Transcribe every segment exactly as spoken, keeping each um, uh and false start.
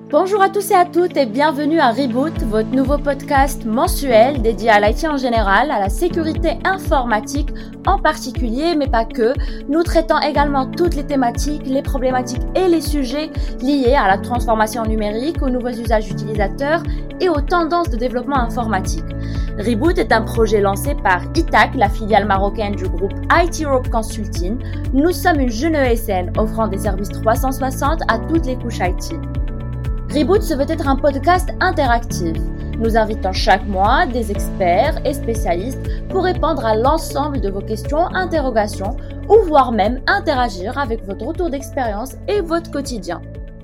Bonjour à tous et à toutes et bienvenue à Reboot, votre nouveau podcast mensuel dédié à l'I T en général, à la sécurité informatique en particulier, mais pas que. Nous traitons également toutes les thématiques, les problématiques et les sujets liés à la transformation numérique, aux nouveaux usages utilisateurs et aux tendances de développement informatique. Reboot est un projet lancé par I T A C, la filiale marocaine du groupe I T Europe Consulting. Nous sommes une jeune E S N offrant des services trois cent soixante à toutes les couches I T. Reboot se veut être un podcast interactif. Nous invitons chaque mois des experts et spécialistes pour répondre à l'ensemble de vos questions, interrogations ou voire même interagir avec votre retour d'expérience et votre quotidien.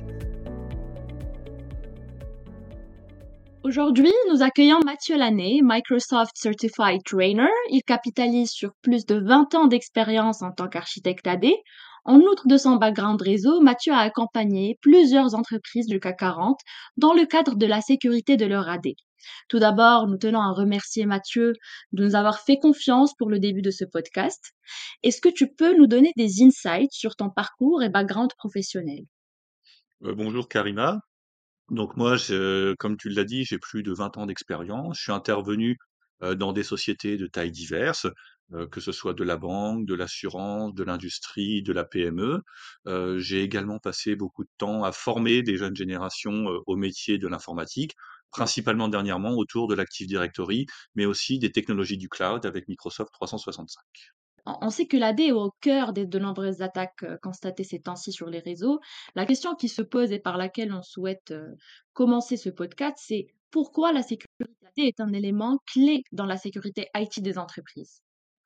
Aujourd'hui, nous accueillons Mathieu Lané, Microsoft Certified Trainer. Il capitalise sur plus de vingt ans d'expérience en tant qu'architecte A D. En outre de son background réseau, Mathieu a accompagné plusieurs entreprises du C A C quarante dans le cadre de la sécurité de leur A D. Tout d'abord, nous tenons à remercier Mathieu de nous avoir fait confiance pour le début de ce podcast. Est-ce que tu peux nous donner des insights sur ton parcours et background professionnel? Euh, bonjour Karima. Donc moi, je- comme tu l'as dit, j'ai plus de vingt ans d'expérience. Je suis intervenu euh, dans des sociétés de tailles diverses, euh, que ce soit de la banque, de l'assurance, de l'industrie, de la P M E. Euh, j'ai également passé beaucoup de temps à former des jeunes générations euh, au métier de l'informatique, principalement dernièrement autour de l'Active Directory, mais aussi des technologies du cloud avec Microsoft trois cent soixante-cinq. On on sait que l'A D est au cœur des- de nombreuses attaques euh, constatées ces temps-ci sur les réseaux. La question qui se pose et par laquelle on souhaite euh, commencer ce podcast, c'est pourquoi la sécurité A D est un élément clé dans la sécurité I T des entreprises.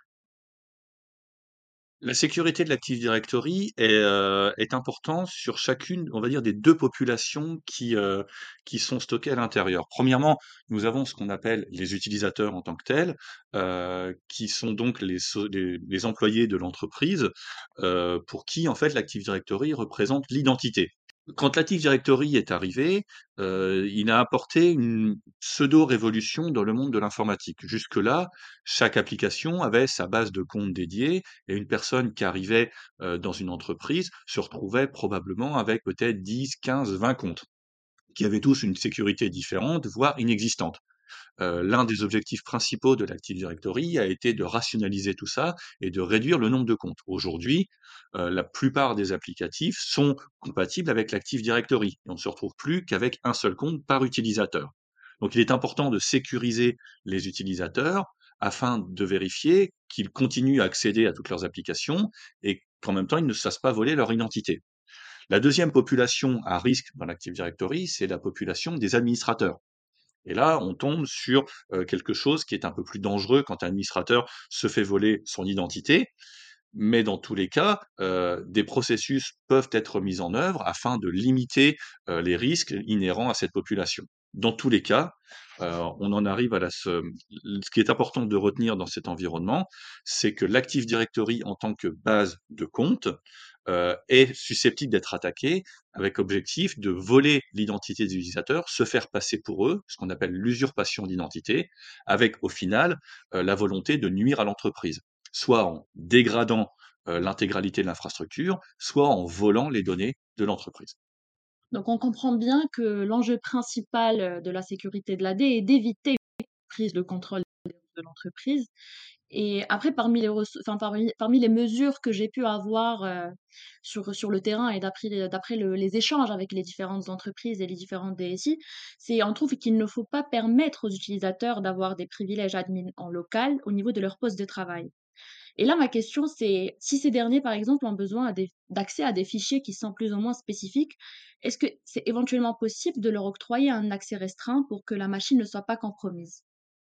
La sécurité de l'Active Directory est, heu, est importante sur chacune, on va dire, des deux populations qui, heu, qui sont stockées à l'intérieur. Premièrement, nous avons ce qu'on appelle les utilisateurs en tant que tels, heu, qui sont donc les so les les employés de l'entreprise, heu, pour qui, en fait, l'Active Directory représente l'identité. Quand l'Active Directory est arrivé, heu, il a apporté une pseudo-révolution dans le monde de l'informatique. Jusque-là, chaque application avait sa base de compte dédiée et une personne qui arrivait, heu, dans une entreprise se retrouvait probablement avec peut-être dix, quinze, vingt comptes, qui avaient tous une sécurité différente, voire inexistante. Heu, l'un des objectifs principaux de l'Active Directory a été de rationaliser tout ça et de réduire le nombre de comptes. Aujourd'hui, heu, la plupart des applicatifs sont compatibles avec l'Active Directory et on ne se retrouve plus qu'avec un seul compte par utilisateur. Donc il est important de sécuriser les utilisateurs afin de vérifier qu'ils continuent à accéder à toutes leurs applications et qu'en même temps, ils ne se fassent pas voler leur identité. La deuxième population à risque dans l'Active Directory, c'est la population des administrateurs. Et là, on tombe sur euh, quelque chose qui est un peu plus dangereux quand un administrateur se fait voler son identité. Mais dans tous les cas, euh, des processus peuvent être mis en œuvre afin de limiter euh, les risques inhérents à cette population. Dans tous les cas, euh, on en arrive à la... Ce, ce qui est important de retenir dans cet environnement, c'est que l'Active Directory en tant que base de compte euh, est susceptible d'être attaqué avec objectif de voler l'identité des utilisateurs, se faire passer pour eux, ce qu'on appelle l'usurpation d'identité, avec au final euh, la volonté de nuire à l'entreprise, soit en dégradant euh, l'intégralité de l'infrastructure, soit en volant les données de l'entreprise. Donc on comprend bien que l'enjeu principal euh, de la sécurité de l'A D est d'éviter prise le contrôle de l'entreprise. Et après, parmi les, ressou- enfin, parmi, parmi les mesures que j'ai pu avoir euh, sur, sur le terrain et d'après les, d'après le- les échanges avec les différentes entreprises et les différentes D S I, c'est on trouve qu'il ne faut pas permettre aux utilisateurs d'avoir des privilèges admin en local au niveau de leur poste de travail. Et là, ma question, c'est si ces derniers, par exemple, ont besoin à des- d'accès à des fichiers qui sont plus ou moins spécifiques, est-ce que c'est éventuellement possible de leur octroyer un accès restreint pour que la machine ne soit pas compromise?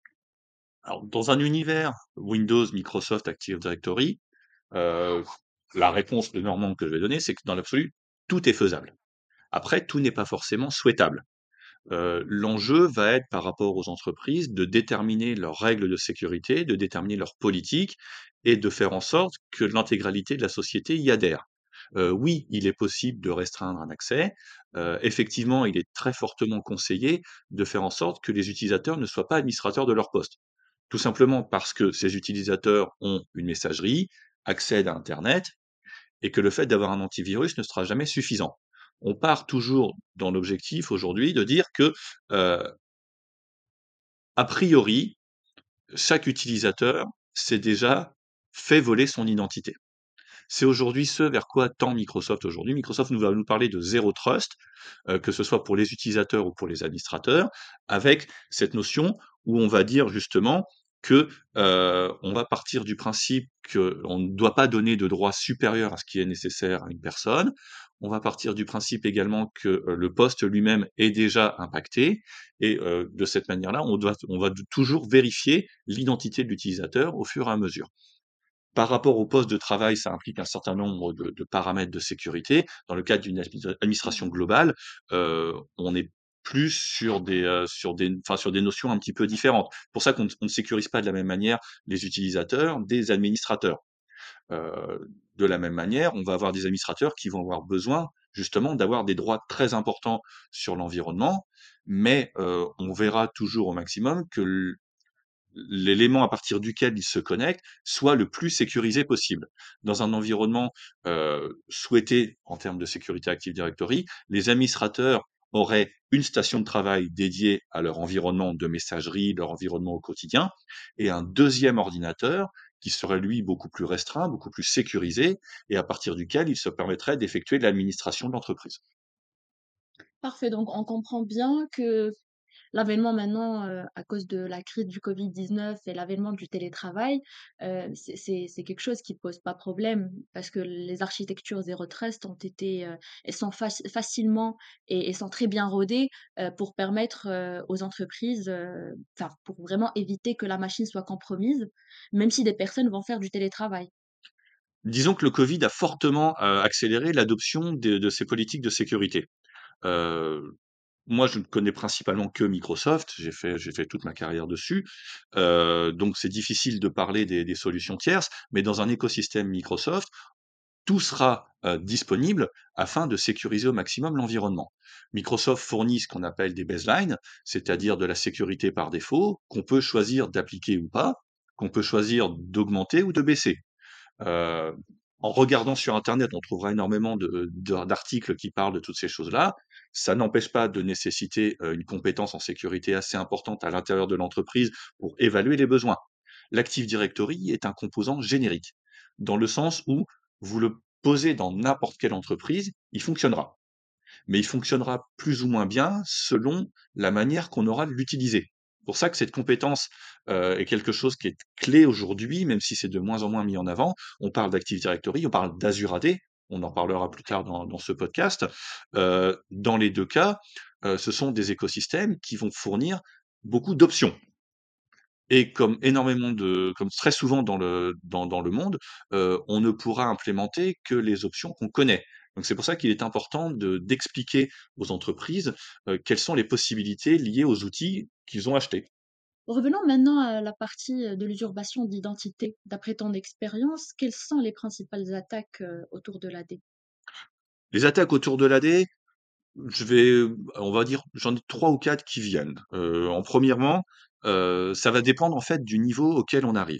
Alors, dans un univers Windows, Microsoft, Active Directory, euh, la réponse de Normand que je vais donner, c'est que dans l'absolu, tout est faisable. Après, tout n'est pas forcément souhaitable. Heu, l'enjeu va être par rapport aux entreprises de déterminer leurs règles de sécurité, de déterminer leurs politiques et de faire en sorte que l'intégralité de la société y adhère. Heu, oui, il est possible de restreindre un accès. Heu, effectivement, il est très fortement conseillé de faire en sorte que les utilisateurs ne soient pas administrateurs de leur poste. Tout simplement parce que ces utilisateurs ont une messagerie, accèdent à internet et que le fait d'avoir un antivirus ne sera jamais suffisant. On part toujours dans l'objectif aujourd'hui de dire que, heu, a priori, chaque utilisateur s'est déjà fait voler son identité. C'est aujourd'hui ce vers quoi tend Microsoft aujourd'hui. Microsoft nous va nous parler de zéro trust, heu, que ce soit pour les utilisateurs ou pour les administrateurs, avec cette notion où on va dire justement que, heu, on va partir du principe qu'on ne doit pas donner de droits supérieurs à ce qui est nécessaire à une personne. On va partir du principe également que, heu, le poste lui-même est déjà impacté et heu, de cette manière-là, on doit on va toujours vérifier l'identité de l'utilisateur au fur et à mesure. Par rapport au poste de travail, ça implique un certain nombre de de paramètres de sécurité. Dans le cadre d'une admi administration globale, heu, on est plus sur des, heu, sur des enfin, sur des notions un petit peu différentes. Pour ça qu'on ne on ne sécurise pas de la même manière les utilisateurs des administrateurs. Heu, de la même manière, on va avoir des administrateurs qui vont avoir besoin justement d'avoir des droits très importants sur l'environnement, mais heu, on verra toujours au maximum que l l'élément à partir duquel ils se connectent soit le plus sécurisé possible. Dans un environnement, heu, souhaité en termes de sécurité Active Directory, les administrateurs auraient une station de travail dédiée à leur environnement de messagerie, leur environnement au quotidien et un deuxième ordinateur qui serait lui beaucoup plus restreint, beaucoup plus sécurisé et à partir duquel il se permettrait d'effectuer de l'administration de l'entreprise. Parfait, donc on comprend bien que l'avènement maintenant, heu, à cause de la crise du covid dix-neuf et l'avènement du télétravail, heu, c'est c'est c'est quelque chose qui pose pas problème parce que les architectures zéro trust ont été, heu, elles sont faci facilement et et sont très bien rodées, heu, pour permettre, heu, aux entreprises, heu, enfin, pour vraiment éviter que la machine soit compromise, même si des personnes vont faire du télétravail. Disons que le Covid a fortement, heu, accéléré l'adoption de de ces politiques de sécurité. Heu, Moi, je ne connais principalement que Microsoft, j'ai fait j'ai fait toute ma carrière dessus, heu, donc c'est difficile de parler des des solutions tierces, mais dans un écosystème Microsoft, tout sera, heu, disponible afin de sécuriser au maximum l'environnement. Microsoft fournit ce qu'on appelle des baselines, c'est-à-dire de la sécurité par défaut, qu'on peut choisir d'appliquer ou pas, qu'on peut choisir d'augmenter ou de baisser. Heu, En regardant sur internet, on trouvera énormément de de d'articles qui parlent de toutes ces choses-là. Ça n'empêche pas de nécessiter, heu, une compétence en sécurité assez importante à l'intérieur de l'entreprise pour évaluer les besoins. L'Active Directory est un composant générique, dans le sens où vous le posez dans n'importe quelle entreprise, il fonctionnera mais il fonctionnera plus ou moins bien selon la manière qu'on aura de l'utiliser. Pour ça que cette compétence, heu, est quelque chose qui est clé aujourd'hui, même si c'est de moins en moins mis en avant. On parle d'Active Directory, on parle d'Azure A D, on en parlera plus tard dans dans ce podcast. Heu, dans les deux cas, heu, ce sont des écosystèmes qui vont fournir beaucoup d'options et comme énormément de comme très souvent dans le dans dans le monde, heu, on ne pourra implémenter que les options qu'on connaît. Donc c'est pour ça qu'il est important de d'expliquer aux entreprises, heu, quelles sont les possibilités liées aux outils qu'ils ont achetés. Revenons maintenant à la partie, heu, de l'usurpation d'identité. D'après ton expérience, quelles sont les principales attaques, heu, autour de l'A D? Les attaques autour de l'A D, je vais, on va dire, j'en ai trois ou quatre qui viennent. Heu, en premièrement, heu, ça va dépendre en fait du niveau auquel on arrive.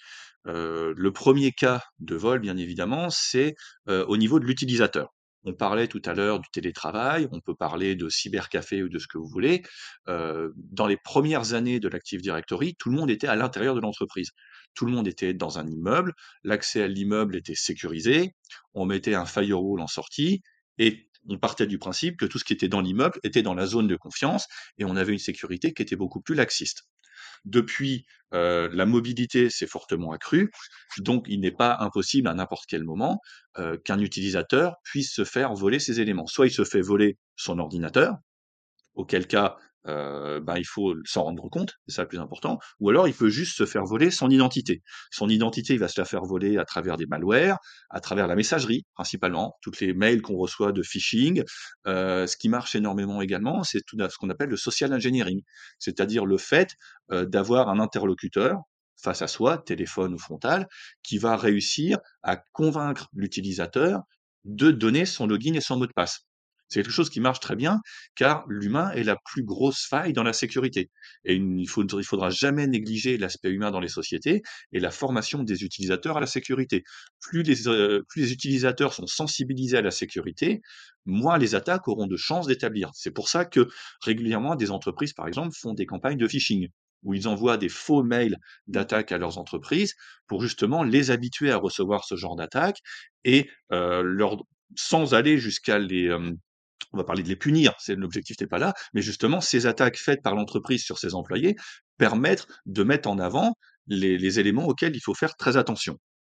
Heu, le premier cas de vol, bien évidemment, c'est, heu, au niveau de l'utilisateur. On parlait tout à l'heure du télétravail, on peut parler de cybercafé ou de ce que vous voulez. Heu, dans les premières années de l'Active Directory, tout le monde était à l'intérieur de l'entreprise. Tout le monde était dans un immeuble, l'accès à l'immeuble était sécurisé, on mettait un firewall en sortie et on partait du principe que tout ce qui était dans l'immeuble était dans la zone de confiance et on avait une sécurité qui était beaucoup plus laxiste. Depuis, heu, la mobilité s'est fortement accrue, donc il n'est pas impossible à n'importe quel moment, heu, qu'un utilisateur puisse se faire voler ses éléments. Soit il se fait voler son ordinateur, auquel cas, heu, bah, il faut s'en rendre compte, c'est ça le plus important, ou alors il peut juste se faire voler son identité. Son identité, il va se la faire voler à travers des malwares, à travers la messagerie principalement, toutes les mails qu'on reçoit de phishing. Heu, ce qui marche énormément également, c'est tout ce qu'on appelle le social engineering, c'est-à-dire le fait, heu, d'avoir un interlocuteur face à soi, téléphone ou frontal, qui va réussir à convaincre l'utilisateur de donner son login et son mot de passe. C'est quelque chose qui marche très bien, car l'humain est la plus grosse faille dans la sécurité. Et une- il faut, il faudra jamais négliger l'aspect humain dans les sociétés et la formation des utilisateurs à la sécurité. Plus les, euh, plus les utilisateurs sont sensibilisés à la sécurité, moins les attaques auront de chances d'établir. C'est pour ça que régulièrement, des entreprises, par exemple, font des campagnes de phishing, où ils envoient des faux mails d'attaque à leurs entreprises pour justement les habituer à recevoir ce genre d'attaque et euh, leur, sans aller jusqu'à les, euh, on va parler de les punir, c'est l'objectif n'est pas là, mais justement ces attaques faites par l'entreprise sur ses employés permettent de mettre en avant les, les éléments auxquels il faut faire très attention.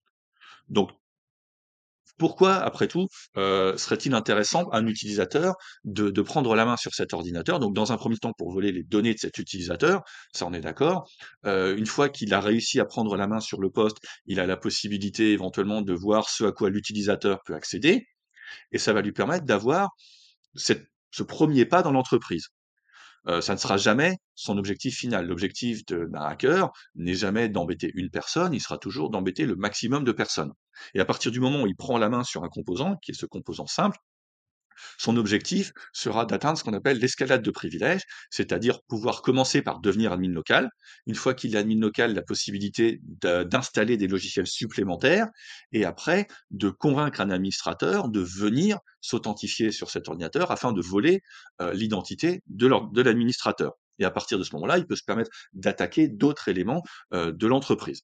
Donc pourquoi, après tout, euh, serait-il intéressant à un utilisateur de, de prendre la main sur cet ordinateur? Donc, dans un premier temps, pour voler les données de cet utilisateur, ça on est d'accord. Euh, une fois qu'il a réussi à prendre la main sur le poste, il a la possibilité éventuellement de voir ce à quoi l'utilisateur peut accéder, et ça va lui permettre d'avoir cette- ce premier pas dans l'entreprise. Euh, ça ne sera jamais son objectif final. L'objectif de- d'un hacker n'est jamais d'embêter une personne, il sera toujours d'embêter le maximum de personnes. Et à partir du moment où il prend la main sur un composant, qui est ce composant simple, son objectif sera d'atteindre ce qu'on appelle l'escalade de privilèges, c'est-à-dire pouvoir commencer par devenir admin local. Une fois qu'il est admin local, la possibilité de- d'installer des logiciels supplémentaires et après de convaincre un administrateur de venir s'authentifier sur cet ordinateur afin de voler euh, l'identité de l'or- de l'administrateur. Et à partir de ce moment-là, il peut se permettre d'attaquer d'autres éléments euh, de l'entreprise.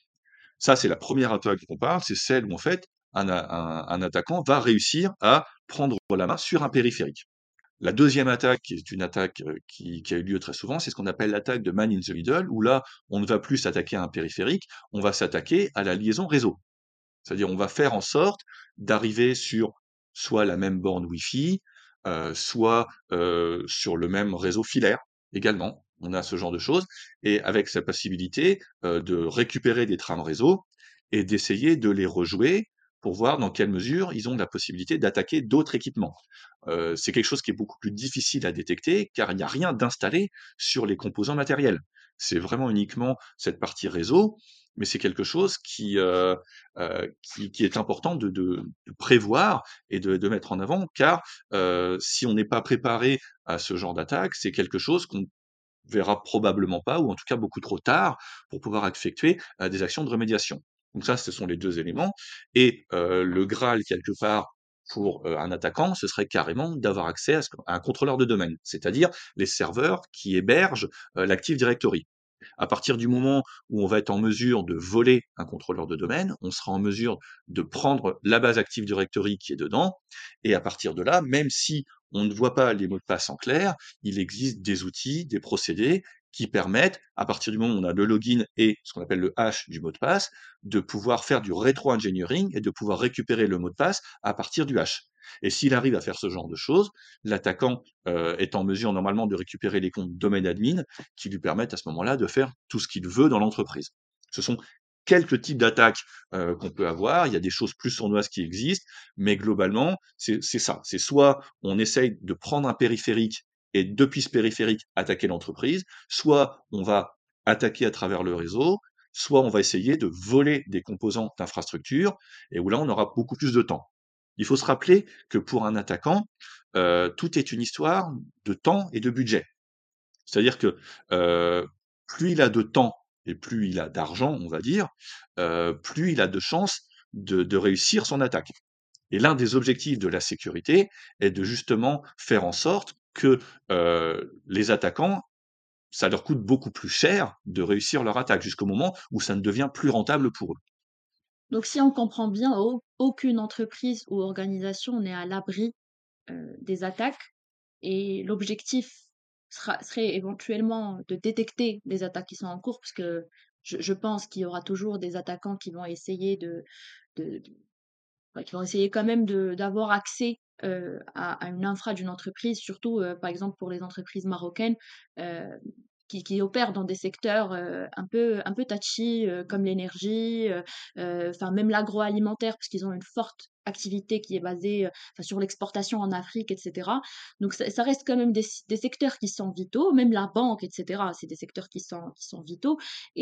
Ça, c'est la première attaque dont on parle, c'est celle où en fait un, un- un attaquant va réussir à prendre la main sur un périphérique. La deuxième attaque, qui est une attaque euh, qui, qui a eu lieu très souvent, c'est ce qu'on appelle l'attaque de man in the middle, où là, on ne va plus s'attaquer à un périphérique, on va s'attaquer à la liaison réseau. C'est-à-dire, on va faire en sorte d'arriver sur soit la même borne Wi-Fi, euh, soit euh, sur le même réseau filaire également. On a ce genre de choses, et avec cette possibilité euh, de récupérer des trames réseau et d'essayer de les rejouer pour voir dans quelle mesure ils ont la possibilité d'attaquer d'autres équipements. Euh, c'est quelque chose qui est beaucoup plus difficile à détecter car il n'y a rien d'installé sur les composants matériels. C'est vraiment uniquement cette partie réseau, mais c'est quelque chose qui, euh, euh, qui, qui est important de, de- de prévoir et de, de mettre en avant, car euh, si on n'est pas préparé à ce genre d'attaque, c'est quelque chose qu'on verra probablement pas, ou en tout cas beaucoup trop tard, pour pouvoir effectuer euh, des actions de remédiation. Donc ça, ce sont les deux éléments. Et euh, le Graal, quelque part, pour euh, un attaquant, ce serait carrément d'avoir accès à, ce- à un contrôleur de domaine, c'est-à-dire les serveurs qui hébergent euh, l'Active Directory. À partir du moment où on va être en mesure de voler un contrôleur de domaine, on sera en mesure de prendre la base Active Directory qui est dedans, et à partir de là, même si on ne voit pas les mots de passe en clair, il existe des outils, des procédés qui permettent, à partir du moment où on a le login et ce qu'on appelle le hash du mot de passe, de pouvoir faire du rétro-engineering et de pouvoir récupérer le mot de passe à partir du hash. Et s'il arrive à faire ce genre de choses, l'attaquant euh, est en mesure normalement de récupérer les comptes domaine admin qui lui permettent à ce moment-là de faire tout ce qu'il veut dans l'entreprise. Ce sont quelques types d'attaques euh, qu'on peut avoir, il y a des choses plus sournoises qui existent, mais globalement, c'est c'est ça. C'est soit on essaye de prendre un périphérique et depuis ce périphérique attaquer l'entreprise, soit on va attaquer à travers le réseau, soit on va essayer de voler des composants d'infrastructure, et où là on aura beaucoup plus de temps. Il faut se rappeler que pour un attaquant, euh, tout est une histoire de temps et de budget. C'est-à-dire que euh, plus il a de temps et plus il a d'argent, on va dire, euh, plus il a de chances de, de réussir son attaque. Et l'un des objectifs de la sécurité est de justement faire en sorte que euh, les attaquants, ça leur coûte beaucoup plus cher de réussir leur attaque jusqu'au moment où ça ne devient plus rentable pour eux. Donc si on comprend bien, au aucune entreprise ou organisation n'est à l'abri, heu, des attaques et l'objectif sera serait éventuellement de détecter les attaques qui sont en cours parce que je je pense qu'il y aura toujours des attaquants qui vont essayer de de de bah, qui vont essayer quand même de d'avoir accès, heu, à à une infra d'une entreprise, surtout, heu, par exemple pour les entreprises marocaines, heu, qui qui opèrent dans des secteurs, heu, un peu un peu touchy, heu, comme l'énergie, heu heu, enfin même l'agroalimentaire parce qu'ils ont une forte activité qui est basée, heu, enfin sur l'exportation en Afrique et cetera. Donc ça ça reste quand même des des secteurs qui sont vitaux, même la banque et cetera, c'est des secteurs qui sont qui sont vitaux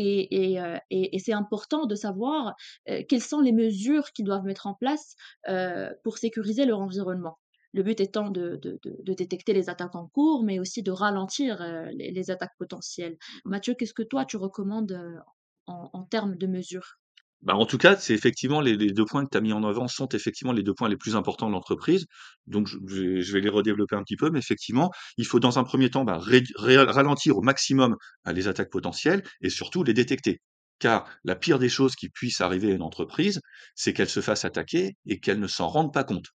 et et heu et et c'est important de savoir, heu, quelles sont les mesures qu'ils doivent mettre en place, heu, pour sécuriser leur environnement. Le but étant de de de de détecter les attaques en cours, mais aussi de ralentir, heu, les les attaques potentielles. Mathieu, qu'est-ce que toi tu recommandes, heu, en en termes de mesures? Bah, en tout cas, c'est effectivement les les deux points que tu as mis en avant sont effectivement les deux points les plus importants de l'entreprise. Donc je je vais je vais les redévelopper un petit peu, mais effectivement, il faut dans un premier temps, bah, rédu ré ralentir au maximum, bah, les attaques potentielles et surtout les détecter. Car la pire des choses qui puissent arriver à une entreprise, c'est qu'elle se fasse attaquer et qu'elle ne s'en rende pas compte.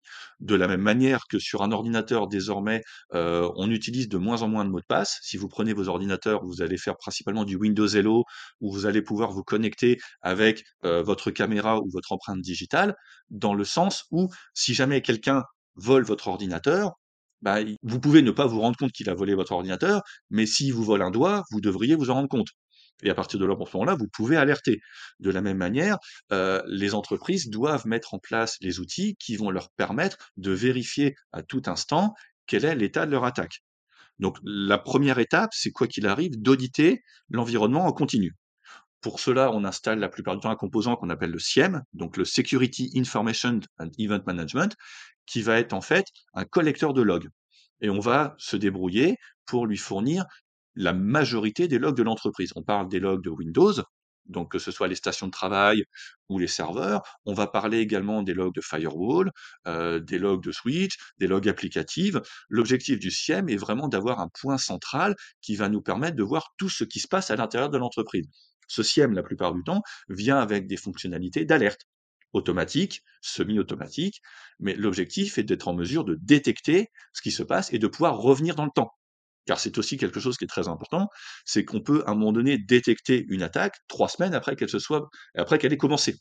De la même manière que sur un ordinateur désormais, heu, on utilise de moins en moins de mots de passe. Si vous prenez vos ordinateurs, vous allez faire principalement du Windows Hello, où vous allez pouvoir vous connecter avec, heu, votre caméra ou votre empreinte digitale, dans le sens où si jamais quelqu'un vole votre ordinateur, bah, il vous pouvez ne pas vous rendre compte qu'il a volé votre ordinateur, mais s'il vous vole un doigt, vous devriez vous en rendre compte et à partir de là, à ce moment-là, vous pouvez alerter. De la même manière, heu, les entreprises doivent mettre en place les outils qui vont leur permettre de vérifier à tout instant quel est l'état de leur attaque. Donc la première étape, c'est quoi qu'il arrive, d'auditer l'environnement en continu. Pour cela, on installe la plupart du temps un composant qu'on appelle le S I E M, donc le Security Information and Event Management, qui va être en fait un collecteur de logs. Et on va se débrouiller pour lui fournir la majorité des logs de l'entreprise. On parle des logs de Windows, donc que ce soit les stations de travail ou les serveurs. On va parler également des logs de firewall, euh, des logs de switch, des logs applicatifs. L'objectif du S I E M est vraiment d'avoir un point central qui va nous permettre de voir tout ce qui se passe à l'intérieur de l'entreprise. Ce S I E M, la plupart du temps, vient avec des fonctionnalités d'alerte automatique, semi-automatique, mais l'objectif est d'être en mesure de détecter ce qui se passe et de pouvoir revenir dans le temps. Car c'est aussi quelque chose qui est très important, c'est qu'on peut à un moment donné détecter une attaque trois semaines après qu'elle se soit après qu'elle ait commencé.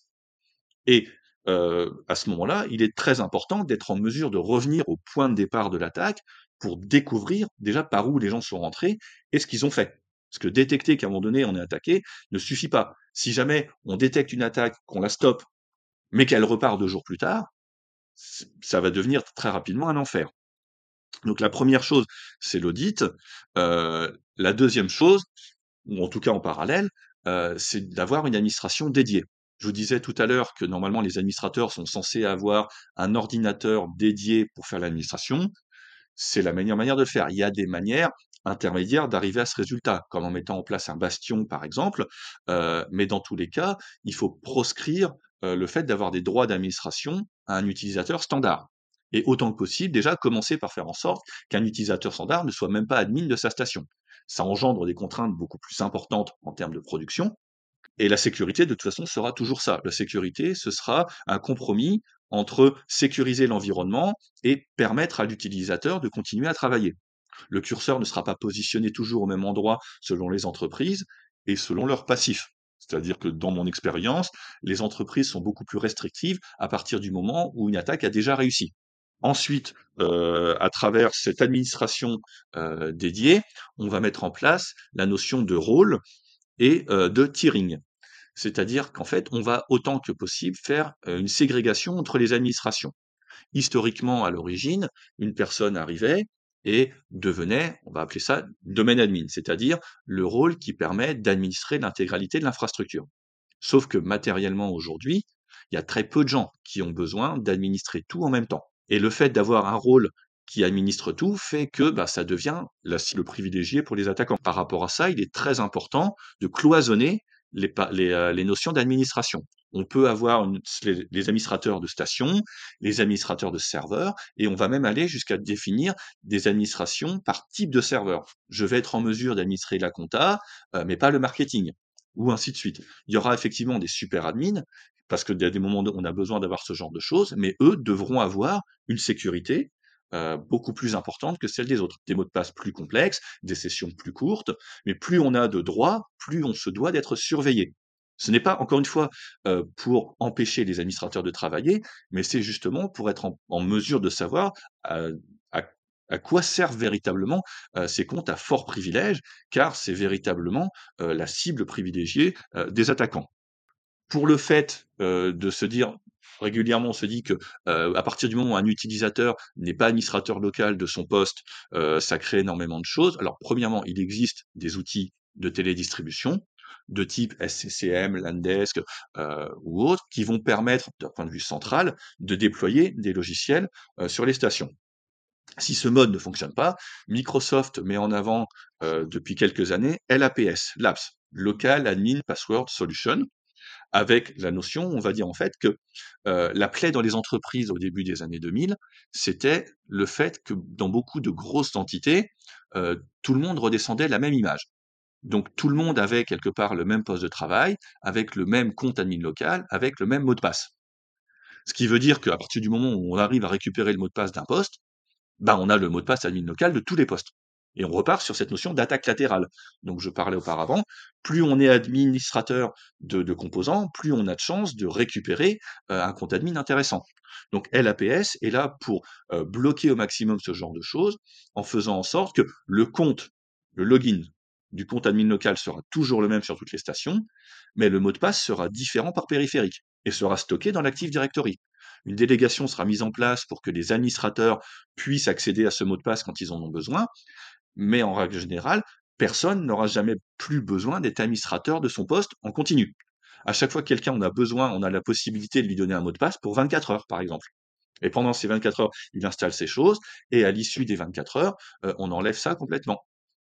Et heu, à ce moment-là, il est très important d'être en mesure de revenir au point de départ de l'attaque pour découvrir déjà par où les gens sont rentrés et ce qu'ils ont fait. Parce que détecter qu'à un moment donné on est attaqué ne suffit pas. Si jamais on détecte une attaque, qu'on la stoppe, mais qu'elle repart deux jours plus tard, c ça va devenir très rapidement un enfer. Donc la première chose, c'est l'audit. Heu, la deuxième chose, ou en tout cas en parallèle, heu, c'est d'avoir une administration dédiée. Je vous disais tout à l'heure que normalement les administrateurs sont censés avoir un ordinateur dédié pour faire l'administration. C'est la meilleure manière de le faire. Il y a des manières intermédiaires d'arriver à ce résultat, comme en mettant en place un bastion par exemple, heu, mais dans tous les cas, il faut proscrire, heu, le fait d'avoir des droits d'administration à un utilisateur standard et autant que possible, déjà commencer par faire en sorte qu'un utilisateur standard ne soit même pas admin de sa station. Ça engendre des contraintes beaucoup plus importantes en termes de production et la sécurité, de toute façon, sera toujours ça. La sécurité, ce sera un compromis entre sécuriser l'environnement et permettre à l'utilisateur de continuer à travailler. Le curseur ne sera pas positionné toujours au même endroit selon les entreprises et selon leurs passifs. C'est-à-dire que dans mon expérience, les entreprises sont beaucoup plus restrictives à partir du moment où une attaque a déjà réussi. Ensuite, heu, à travers cette administration, heu, dédiée, on va mettre en place la notion de rôle et heu, de tiering. C'est-à-dire qu'en fait, on va autant que possible faire, heu, une ségrégation entre les administrations. Historiquement, à l'origine, une personne arrivait et devenait, on va appeler ça domaine admin, c'est-à-dire le rôle qui permet d'administrer l'intégralité de l'infrastructure. Sauf que matériellement aujourd'hui, il y a très peu de gens qui ont besoin d'administrer tout en même temps. Et le fait d'avoir un rôle qui administre tout fait que bah, ça devient la cible privilégiée pour les attaquants. Par rapport à ça, il est très important de cloisonner les, pa- les, euh, les notions d'administration. On peut avoir une- les, les administrateurs de stations, les administrateurs de serveurs, et on va même aller jusqu'à définir des administrations par type de serveur. Je vais être en mesure d'administrer la compta, euh, mais pas le marketing, ou ainsi de suite. Il y aura effectivement des super admins, parce qu'il y a des moments où on a besoin d'avoir ce genre de choses, mais eux devront avoir une sécurité euh, beaucoup plus importante que celle des autres. Des mots de passe plus complexes, des sessions plus courtes, mais plus on a de droits, plus on se doit d'être surveillé. Ce n'est pas, encore une fois, euh, pour empêcher les administrateurs de travailler, mais c'est justement pour être en, en mesure de savoir euh, à, à quoi servent véritablement euh, ces comptes à fort privilège, car c'est véritablement euh, la cible privilégiée euh, des attaquants. Pour le fait euh, de se dire régulièrement, on se dit que euh, à partir du moment où un utilisateur n'est pas administrateur local de son poste, euh, ça crée énormément de choses. Alors, premièrement, il existe des outils de télédistribution. de type S C C M, Landesk euh, ou autres, qui vont permettre, d'un point de vue central, de déployer des logiciels euh, sur les stations. Si ce mode ne fonctionne pas, Microsoft met en avant euh, depuis quelques années L A P S, Labs, Local Admin Password Solution, avec la notion, on va dire en fait, que euh, la plaie dans les entreprises au début des années deux mille, c'était le fait que dans beaucoup de grosses entités, euh, tout le monde redescendait la même image. Donc tout le monde avait quelque part le même poste de travail, avec le même compte admin local, avec le même mot de passe. Ce qui veut dire qu'à partir du moment où on arrive à récupérer le mot de passe d'un poste, bah, on a le mot de passe admin local de tous les postes. Et on repart sur cette notion d'attaque latérale. Donc je parlais auparavant, plus on est administrateur de, de composants, plus on a de chances de récupérer euh, un compte admin intéressant. Donc L A P S est là pour euh, bloquer au maximum ce genre de choses, en faisant en sorte que le compte, le login du compte admin local sera toujours le même sur toutes les stations, mais le mot de passe sera différent par périphérique et sera stocké dans l'Active Directory. Une délégation sera mise en place pour que les administrateurs puissent accéder à ce mot de passe quand ils en ont besoin, mais en règle générale, personne n'aura jamais plus besoin d'être administrateur de son poste en continu. À chaque fois que quelqu'un en a besoin, on a la possibilité de lui donner un mot de passe pour vingt-quatre heures, par exemple. Et pendant ces vingt-quatre heures, il installe ces choses, et à l'issue des vingt-quatre heures, euh, on enlève ça complètement.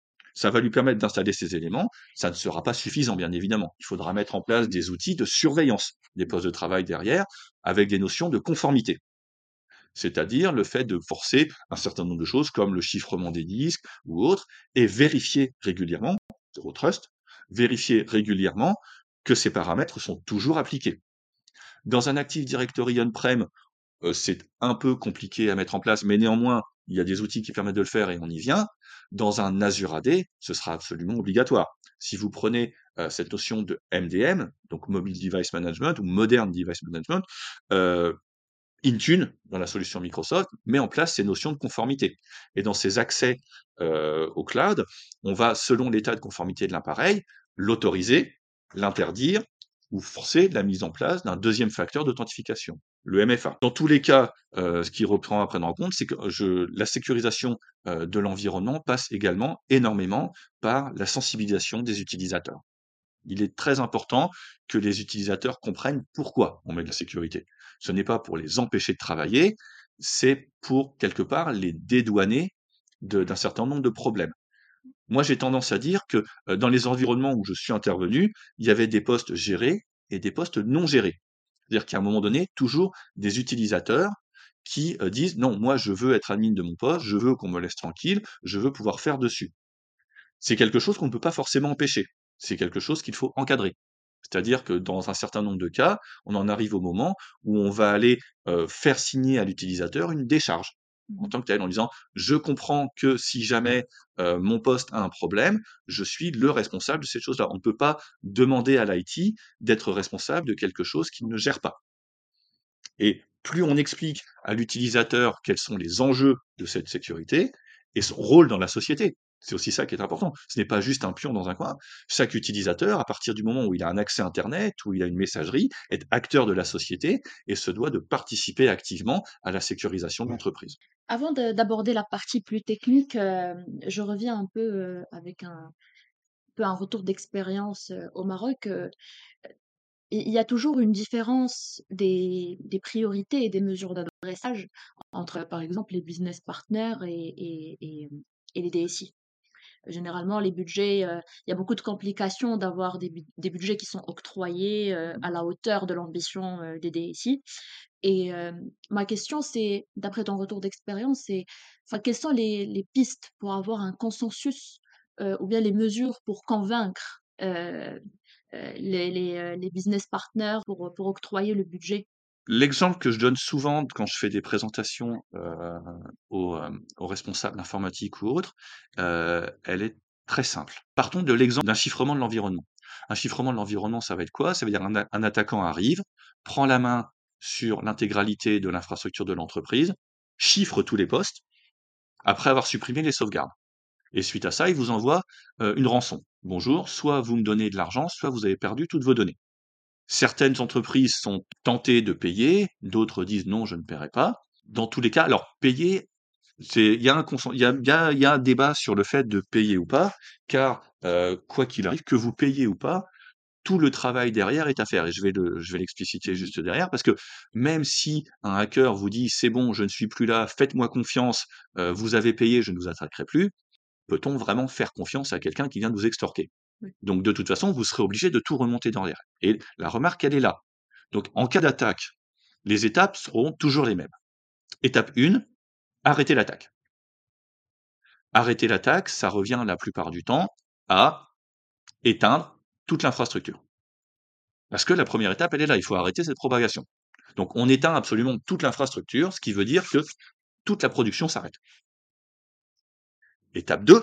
Ça va lui permettre d'installer ces éléments. Ça ne sera pas suffisant, bien évidemment. Il faudra mettre en place des outils de surveillance des postes de travail derrière, avec des notions de conformité. C'est-à-dire le fait de forcer un certain nombre de choses comme le chiffrement des disques ou autres, et vérifier régulièrement, zéro trust, vérifier régulièrement que ces paramètres sont toujours appliqués. Dans un Active Directory on-prem, euh, c'est un peu compliqué à mettre en place, mais néanmoins, il y a des outils qui permettent de le faire et on y vient. Dans un Azure A D, ce sera absolument obligatoire. Si vous prenez euh, cette notion de M D M, donc Mobile Device Management ou Modern Device Management, euh, Intune, dans la solution Microsoft, met en place ces notions de conformité. Et dans ces accès euh, au cloud, on va, selon l'état de conformité de l'appareil, l'autoriser, l'interdire ou forcer la mise en place d'un deuxième facteur d'authentification, le M F A. Dans tous les cas, euh, ce qui reprend à prendre en compte, c'est que je, la sécurisation euh, de l'environnement passe également énormément par la sensibilisation des utilisateurs. Il est très important que les utilisateurs comprennent pourquoi on met de la sécurité. Ce n'est pas pour les empêcher de travailler, c'est pour, quelque part, les dédouaner de- d'un certain nombre de problèmes. Moi, j'ai tendance à dire que euh, dans les environnements où je suis intervenu, il y avait des postes gérés et des postes non gérés. C'est-à-dire qu'à un moment donné, toujours des utilisateurs qui euh, disent non, moi je veux être admin de mon poste, je veux qu'on me laisse tranquille, je veux pouvoir faire dessus. C'est quelque chose qu'on ne peut pas forcément empêcher. C'est quelque chose qu'il faut encadrer. C'est-à-dire que dans un certain nombre de cas, on en arrive au moment où on va aller euh, faire signer à l'utilisateur une décharge en Mmh. tant que tel, en disant je comprends que si jamais euh, mon poste a un problème, je suis le responsable de cette chose-là. On ne peut pas demander à l'I T d'être responsable de quelque chose qu'il ne gère pas. Et plus on explique à l'utilisateur quels sont les enjeux de cette sécurité et son rôle dans la société. C'est aussi ça qui est important. Ce n'est pas juste un pion dans un coin. Chaque utilisateur, à partir du moment où il a un accès Internet, où il a une messagerie, est acteur de la société et se doit de participer activement à la sécurisation de l'entreprise. Avant de d'aborder la partie plus technique, hem, je reviens un peu, heu, avec un peu un retour d'expérience, heu, au Maroc, heu, il il y a toujours une différence des des priorités et des mesures d'adressage entre, par exemple, les business partners et et et mmh et les D S I. Généralement, les budgets, heu, il y a beaucoup de complications d'avoir des bud des budgets qui sont octroyés, heu, à la hauteur de l'ambition, heu, des D S I. Et hem, ma question c'est, d'après ton retour d'expérience, c'est enfin, quelles sont les les pistes pour avoir un consensus, heu, ou bien les mesures pour convaincre, heu heu, les les, heu, les business partners pour, pour octroyer le budget? L'exemple que je donne souvent quand je fais des présentations euh, aux, euh, aux responsables informatiques ou autres, euh, elle est très simple. Partons de l'exemple d'un chiffrement de l'environnement. Un chiffrement de l'environnement, ça va être quoi? Ça veut dire un, a- un attaquant arrive, prend la main sur l'intégralité de l'infrastructure de l'entreprise, chiffre tous les postes, après avoir supprimé les sauvegardes. Et suite à ça, il vous envoie euh, une rançon. Bonjour, soit vous me donnez de l'argent, soit vous avez perdu toutes vos données. Certaines entreprises sont tentées de payer, d'autres disent: «Non, je ne paierai pas». Dans tous les cas, alors payer, c'est il y a un consen il y a il y a il y a un débat sur le fait de payer ou pas, car, heu, quoi qu'il arrive, que vous payiez ou pas, tout le travail derrière est à faire et je vais le je vais l'expliciter Mmh. juste derrière parce que même si un hacker vous dit: «C'est bon, je ne suis plus là, faites-moi confiance, heu, vous avez payé, je ne vous attaquerai plus», peut-on vraiment faire confiance à quelqu'un qui vient de vous extorquer? Oui. Donc de toute façon, vous serez obligé de tout remonter derrière et la remarque, elle est là. Donc en cas d'attaque, les étapes seront toujours les mêmes. Étape un, arrêter l'attaque. Arrêter l'attaque, ça revient la plupart du temps à éteindre toute l'infrastructure. Parce que la première étape, elle est là, il faut arrêter cette propagation. Donc on éteint absolument toute l'infrastructure, ce qui veut dire que toute la production s'arrête. Étape deux,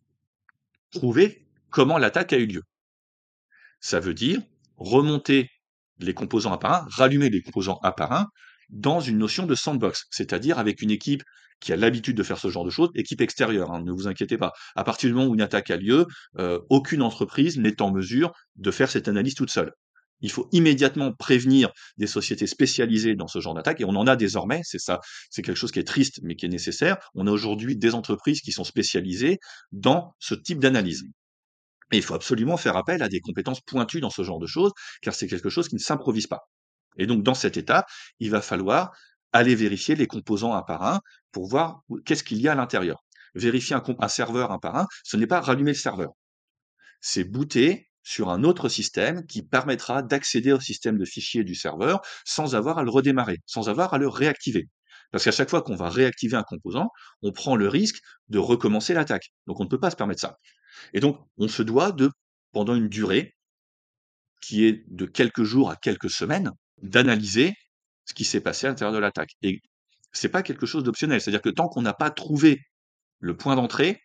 trouver comment l'attaque a eu lieu. Ça veut dire remonter les composants un par un, rallumer les composants un par un dans une notion de sandbox, c'est-à-dire avec une équipe qui a l'habitude de faire ce genre de choses, équipe extérieure, hein, ne vous inquiétez pas. À partir du moment où une attaque a lieu, euh, aucune entreprise n'est en mesure de faire cette analyse toute seule. Il faut immédiatement prévenir des sociétés spécialisées dans ce genre d'attaque, et on en a désormais, c'est ça, c'est quelque chose qui est triste, mais qui est nécessaire. On a aujourd'hui des entreprises qui sont spécialisées dans ce type d'analyse. Et il faut absolument faire appel à des compétences pointues dans ce genre de choses, car c'est quelque chose qui ne s'improvise pas. Et donc, dans cette étape, il va falloir aller vérifier les composants un par un pour voir où- qu'est-ce qu'il y a à l'intérieur. Vérifier un, com- un serveur un par un, ce n'est pas rallumer le serveur, c'est booter sur un autre système qui permettra d'accéder au système de fichiers du serveur sans avoir à le redémarrer, sans avoir à le réactiver. Parce qu'à chaque fois qu'on va réactiver un composant, on prend le risque de recommencer l'attaque. Donc on ne peut pas se permettre ça. Et donc, on se doit de, pendant une durée qui est de quelques jours à quelques semaines, d'analyser ce qui s'est passé à l'intérieur de l'attaque. Et c'est pas quelque chose d'optionnel. C'est-à-dire que tant qu'on n'a pas trouvé le point d'entrée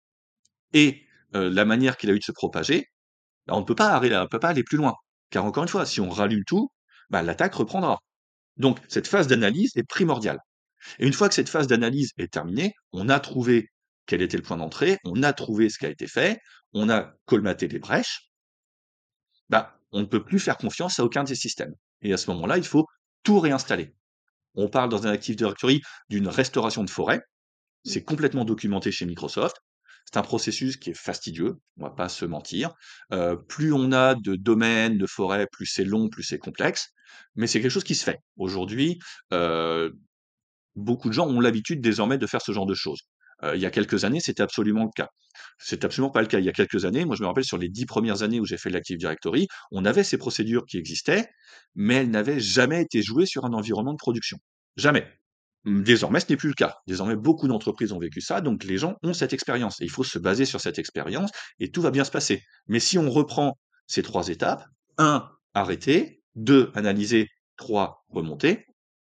et euh, la manière qu'il a eu de se propager, bah, on ne peut pas arrêter, on peut pas aller plus loin. Car encore une fois, si on rallume tout, bah, l'attaque reprendra. Donc, cette phase d'analyse est primordiale. Et une fois que cette phase d'analyse est terminée, on a trouvé quel était le point d'entrée, on a trouvé ce qui a été fait, on a colmaté les brèches, bah, on ne peut plus faire confiance à aucun de ces systèmes. Et à ce moment-là, il faut tout réinstaller. On parle dans un Active Directory d'une restauration de forêt. C'est Oui. complètement documenté chez Microsoft. C'est un processus qui est fastidieux, on va pas se mentir. Euh, plus on a de domaines, de forêts, plus c'est long, plus c'est complexe. Mais c'est quelque chose qui se fait. Aujourd'hui, euh, beaucoup de gens ont l'habitude désormais de faire ce genre de choses. Heu, il y a quelques années, c'était absolument le cas. C'est absolument pas le cas. Il y a quelques années, moi je me rappelle sur les dix premières années où j'ai fait de l'Active Directory, on avait ces procédures qui existaient, mais elles n'avaient jamais été jouées sur un environnement de production. Jamais. Mmh, désormais, ce n'est plus le cas. Désormais, beaucoup d'entreprises ont vécu ça, donc les gens ont cette expérience et il faut se baser sur cette expérience et tout va bien se passer. Mais si on reprend ces trois étapes, un, arrêter, deux, analyser, trois, remonter,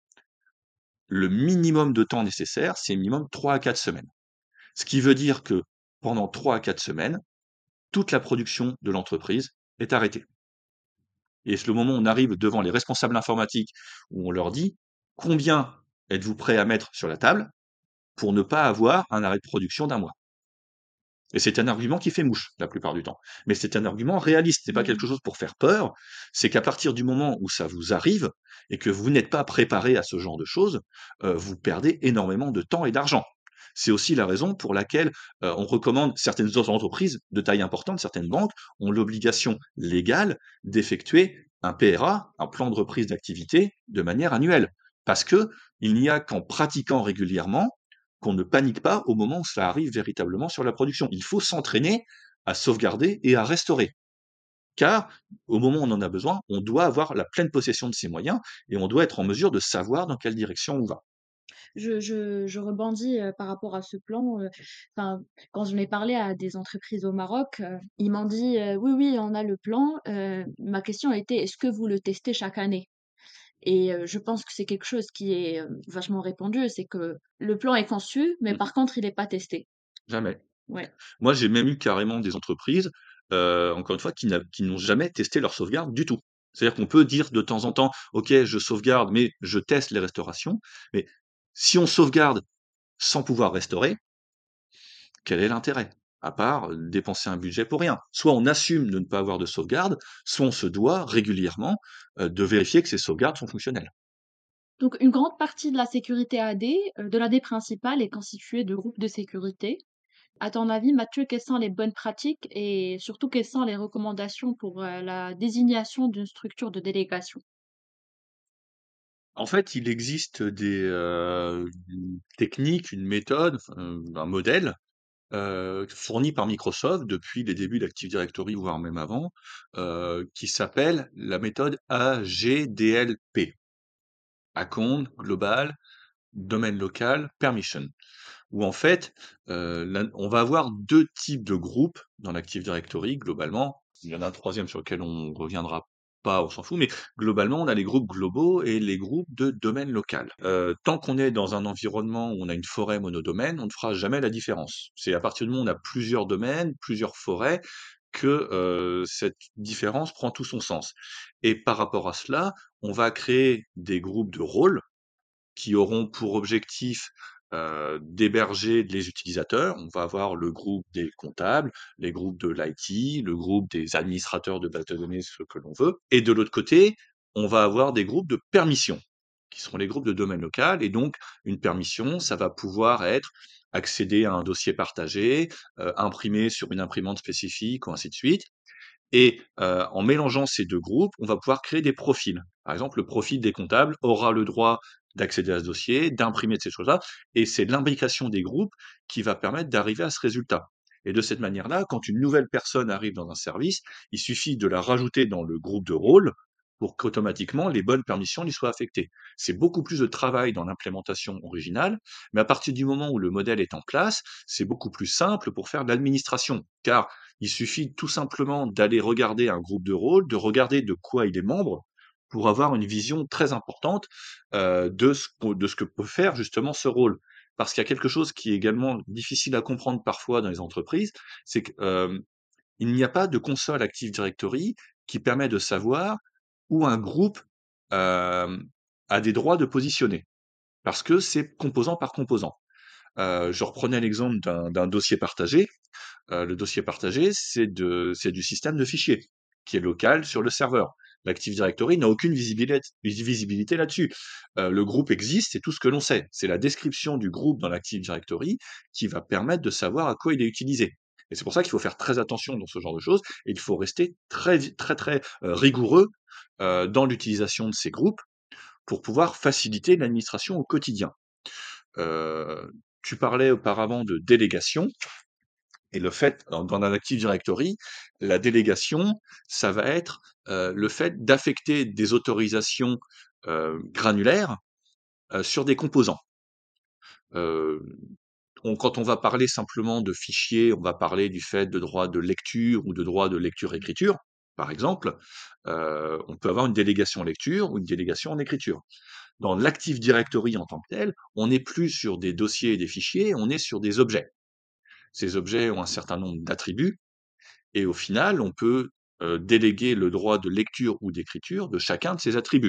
le minimum de temps nécessaire, c'est minimum trois à quatre semaines. Ce qui veut dire que pendant trois à quatre semaines, toute la production de l'entreprise est arrêtée. Et c'est le moment où on arrive devant les responsables informatiques, où on leur dit: «Combien êtes-vous prêts à mettre sur la table pour ne pas avoir un arrêt de production d'un mois?» Et c'est un argument qui fait mouche la plupart du temps. Mais c'est un argument réaliste, c'est pas quelque Mmh. chose pour faire peur, c'est qu'à partir du moment où ça vous arrive et que vous n'êtes pas préparé à ce genre de choses, heu, vous perdez énormément de temps et d'argent. C'est aussi la raison pour laquelle, heu, on recommande certaines autres entreprises de taille importante, certaines banques ont l'obligation légale d'effectuer un P R A, un plan de reprise d'activité, de manière annuelle. Parce que il n'y a qu'en pratiquant régulièrement qu'on ne panique pas au moment où ça arrive véritablement sur la production. Il faut s'entraîner à sauvegarder et à restaurer. Car au moment où on en a besoin, on doit avoir la pleine possession de ses moyens et on doit être en mesure de savoir dans quelle direction on va. Je je je rebondis, heu, par rapport à ce plan, heu, enfin, quand j'en ai parlé à des entreprises au Maroc, heu, ils m'ont dit: «Heu, oui, oui, on a le plan». Heu, ma question était: «Est-ce que vous le testez chaque année?» Et heu, je pense que c'est quelque chose qui est, heu, vachement répandu, c'est que le plan est conçu, mais Mmh, par contre, il est pas testé. jamais. Ouais. Moi, j'ai même eu carrément des entreprises, heu, encore une fois, qui n'a qui n'ont jamais testé leur sauvegarde du tout. C'est-à-dire qu'on peut dire de temps en temps: «OK, je sauvegarde, mais je teste les restaurations». Mais si on sauvegarde sans pouvoir restaurer, quel est l'intérêt? À part, heu, dépenser un budget pour rien. Soit on assume de ne pas avoir de sauvegarde, soit on se doit régulièrement, heu, de vérifier que ces sauvegardes sont fonctionnelles. Donc une grande partie de la sécurité A D, heu, de l'A D principale est constituée de groupes de sécurité. À ton avis, Mathieu, quelles sont les bonnes pratiques et surtout quelles sont les recommandations pour, heu, la désignation d'une structure de délégation? En fait, il existe des, heu, une technique, une méthode, enfin, un modèle, heu, fourni par Microsoft depuis les débuts d'Active Directory, voire même avant, heu, qui s'appelle la méthode A G D L P. Account, Global, Domaine Local, Permission. Où en fait, heu, là, on va avoir deux types de groupes dans l'Active Directory globalement. Il y en a un troisième sur lequel on reviendra pas, on s'en fout, mais globalement, on a les groupes globaux et les groupes de domaine local. Heu, tant qu'on est dans un environnement où on a une forêt monodomaine, on ne fera jamais la différence. C'est à partir du moment où on a plusieurs domaines, plusieurs forêts que, heu, cette différence prend tout son sens. Et par rapport à cela, on va créer des groupes de rôles qui auront pour objectif, heu, d'héberger les utilisateurs. On va avoir le groupe des comptables, les groupes de l'I T, le groupe des administrateurs de bases de données, ce que l'on veut. Et de l'autre côté, on va avoir des groupes de permissions, qui seront les groupes de domaine local. Et donc une permission, ça va pouvoir être accéder à un dossier partagé, heu, imprimer sur une imprimante spécifique ou ainsi de suite. Et heu, en mélangeant ces deux groupes, on va pouvoir créer des profils. Par exemple, le profil des comptables aura le droit d'accéder à ce dossier, d'imprimer de ces choses-là, et c'est l'imbrication des groupes qui va permettre d'arriver à ce résultat. Et de cette manière-là, quand une nouvelle personne arrive dans un service, il suffit de la rajouter dans le groupe de rôle pour qu'automatiquement les bonnes permissions lui soient affectées. C'est beaucoup plus de travail dans l'implémentation originale, mais à partir du moment où le modèle est en place, c'est beaucoup plus simple pour faire de l'administration, car il suffit tout simplement d'aller regarder un groupe de rôle, de regarder de quoi il est membre, pour avoir une vision très importante, heu, de ce qu'on de ce que peut faire justement ce rôle. Parce qu'il y a quelque chose qui est également difficile à comprendre parfois dans les entreprises, c'est que, hem, il n'y a pas de console Active Directory qui permet de savoir où un groupe, hem, a des droits de positionner, parce que c'est composant par composant. Heu, je reprenais l'exemple d'un d'un dossier partagé. Heu, le dossier partagé, c'est de c'est du système de fichiers qui est local sur le serveur. L'Active Directory n'a aucune visibilét visibilité là-dessus. Heu, le groupe existe, c'est tout ce que l'on sait. C'est la description du groupe dans l'Active Directory qui va permettre de savoir à quoi il est utilisé. Et c'est pour ça qu'il faut faire très attention dans ce genre de choses et il faut rester très vi très, très, heu, rigoureux, heu, dans l'utilisation de ces groupes pour pouvoir faciliter l'administration au quotidien. Heu, Tu parlais auparavant de délégation. Et le fait, dans dans un Active Directory, la délégation, ça va être, heu, le fait d'affecter des autorisations, heu, granulaires, heu, sur des composants. Heu, on Quand on va parler simplement de fichiers, on va parler du fait de droit de lecture ou de droit de lecture-écriture, par exemple. Heu, on peut avoir une délégation lecture ou une délégation en écriture. Dans l'Active Directory en tant que tel, on n'est plus sur des dossiers et des fichiers, on est sur des objets. Ces objets ont un certain nombre d'attributs. Et au final, on peut, heu, déléguer le droit de lecture ou d'écriture de chacun de ces attributs.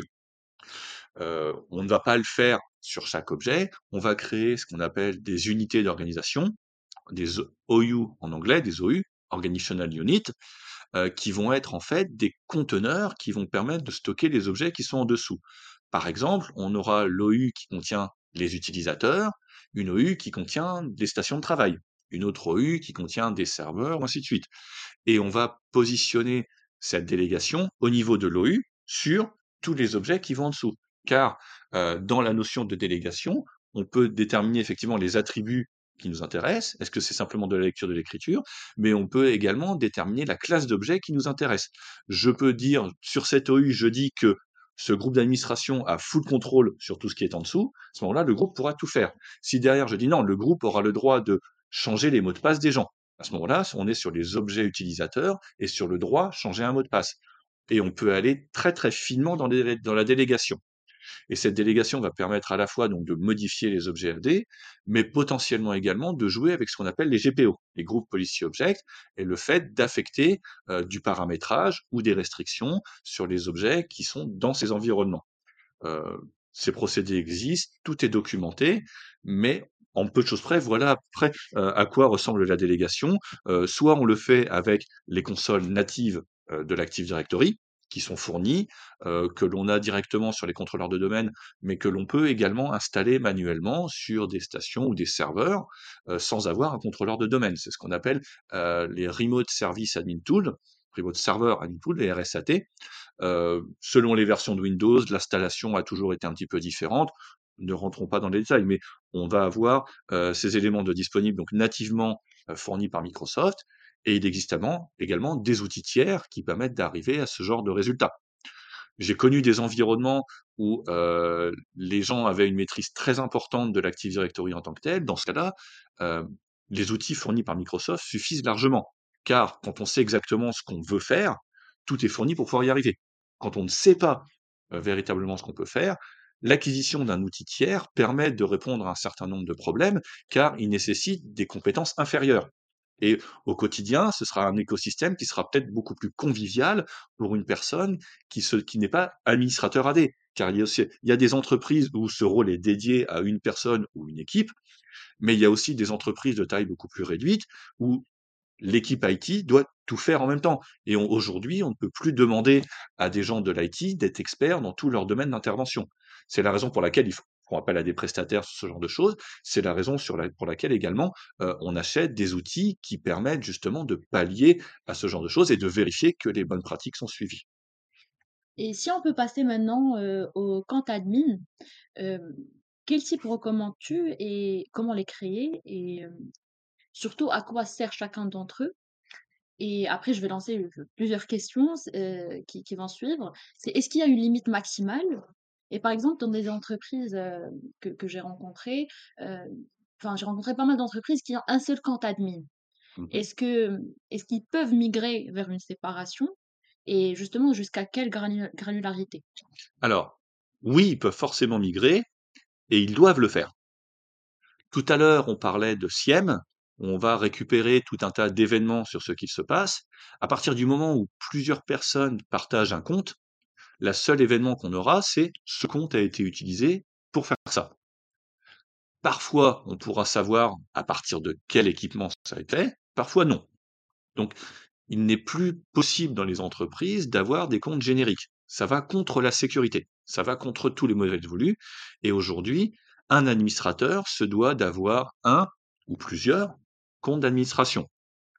Heu, on ne va pas le faire sur chaque objet, on va créer ce qu'on appelle des unités d'organisation, des O U en anglais, des O U, Organizational Unit, heu, qui vont être en fait des conteneurs qui vont permettre de stocker les objets qui sont en dessous. Par exemple, on aura l'O U qui contient les utilisateurs, une O U qui contient des stations de travail, une autre O U qui contient des serveurs, ainsi de suite. Et on va positionner cette délégation au niveau de l'O U sur tous les objets qui vont en dessous. Car, heu, dans la notion de délégation, on peut déterminer effectivement les attributs qui nous intéressent. Est-ce que c'est simplement de la lecture, de l'écriture? Mais on peut également déterminer la classe d'objet qui nous intéresse. Je peux dire sur cette O U, je dis que ce groupe d'administration a full contrôle sur tout ce qui est en dessous. À ce moment-là, le groupe pourra tout faire. Si derrière je dis non, le groupe aura le droit de changer les mots de passe des gens. À ce moment-là, on est sur les objets utilisateurs et sur le droit changer un mot de passe. Et on peut aller très très finement dans, les- dans la délégation. Et cette délégation va permettre à la fois donc de modifier les objets F D, mais potentiellement également de jouer avec ce qu'on appelle les G P O, les groupes Policy Object, et le fait d'affecter euh, du paramétrage ou des restrictions sur les objets qui sont dans ces environnements. Heu, Ces procédés existent, tout est documenté, mais en peu de choses près, voilà à peu près, heu, à quoi ressemble la délégation. Heu, soit on le fait avec les consoles natives, heu, de l'Active Directory, qui sont fournis, heu, que l'on a directement sur les contrôleurs de domaine, mais que l'on peut également installer manuellement sur des stations ou des serveurs, heu, sans avoir un contrôleur de domaine. C'est ce qu'on appelle, heu, les Remote Service Admin Tools, Remote Server Admin Tools, les R S A T. Heu, selon les versions de Windows, l'installation a toujours été un petit peu différente. Ne rentrons pas dans les détails, mais on va avoir, heu, ces éléments de disponibles donc nativement, heu, fournis par Microsoft, et il existe également également des outils tiers qui permettent d'arriver à ce genre de résultats. J'ai connu des environnements où, heu, les gens avaient une maîtrise très importante de l'Active Directory en tant que tel. Dans ce cas-là, hem, les outils fournis par Microsoft suffisent largement. Car quand on sait exactement ce qu'on veut faire, tout est fourni pour pouvoir y arriver. Quand on ne sait pas, heu, véritablement ce qu'on peut faire, l'acquisition d'un outil tiers permet de répondre à un certain nombre de problèmes, car il nécessite des compétences inférieures. Et au quotidien, ce sera un écosystème qui sera peut-être beaucoup plus convivial pour une personne qui se qui n'est pas administrateur A D. Car il y a aussi il y a des entreprises où ce rôle est dédié à une personne ou une équipe, mais il y a aussi des entreprises de taille beaucoup plus réduite où l'équipe I T doit tout faire en même temps. Et on aujourd'hui, on ne peut plus demander à des gens de l'I T d'être experts dans tout leur domaine d'intervention. C'est la raison pour laquelle ils f font appel à des prestataires sur ce genre de choses. C'est la raison sur la pour laquelle également, heu, on achète des outils qui permettent justement de pallier à ce genre de choses et de vérifier que les bonnes pratiques sont suivies. Et si on peut passer maintenant, heu, au compte admin, hem, quel type recommandes-tu et comment les créer? Et hem, surtout à quoi sert chacun d'entre eux? Et après je vais lancer, heu, plusieurs questions s heu, qui qui vont suivre. C'est est-ce qu'il y a une limite maximale? Et par exemple dans des entreprises, heu, que que j'ai rencontrées, heu, enfin j'ai rencontré pas mal d'entreprises qui ont un seul compte admin. Mmh. Est-ce que, mmh, est-ce qu'ils peuvent migrer vers une séparation? Et justement jusqu'à quelle granu granularité? Alors, oui, ils peuvent forcément migrer et ils doivent le faire. Tout à l'heure, on parlait de SIEM, on va récupérer tout un tas d'événements sur ce qui se passe. À partir du moment où plusieurs personnes partagent un compte, la seule événement qu'on aura, c'est ce compte a été utilisé pour faire ça. Parfois, on pourra savoir à partir de quel équipement ça a été, parfois non. Donc, il n'est plus possible dans les entreprises d'avoir des comptes génériques. Ça va contre la sécurité, ça va contre tous les modèles voulus. Et aujourd'hui, un administrateur se doit d'avoir un ou plusieurs comptes d'administration.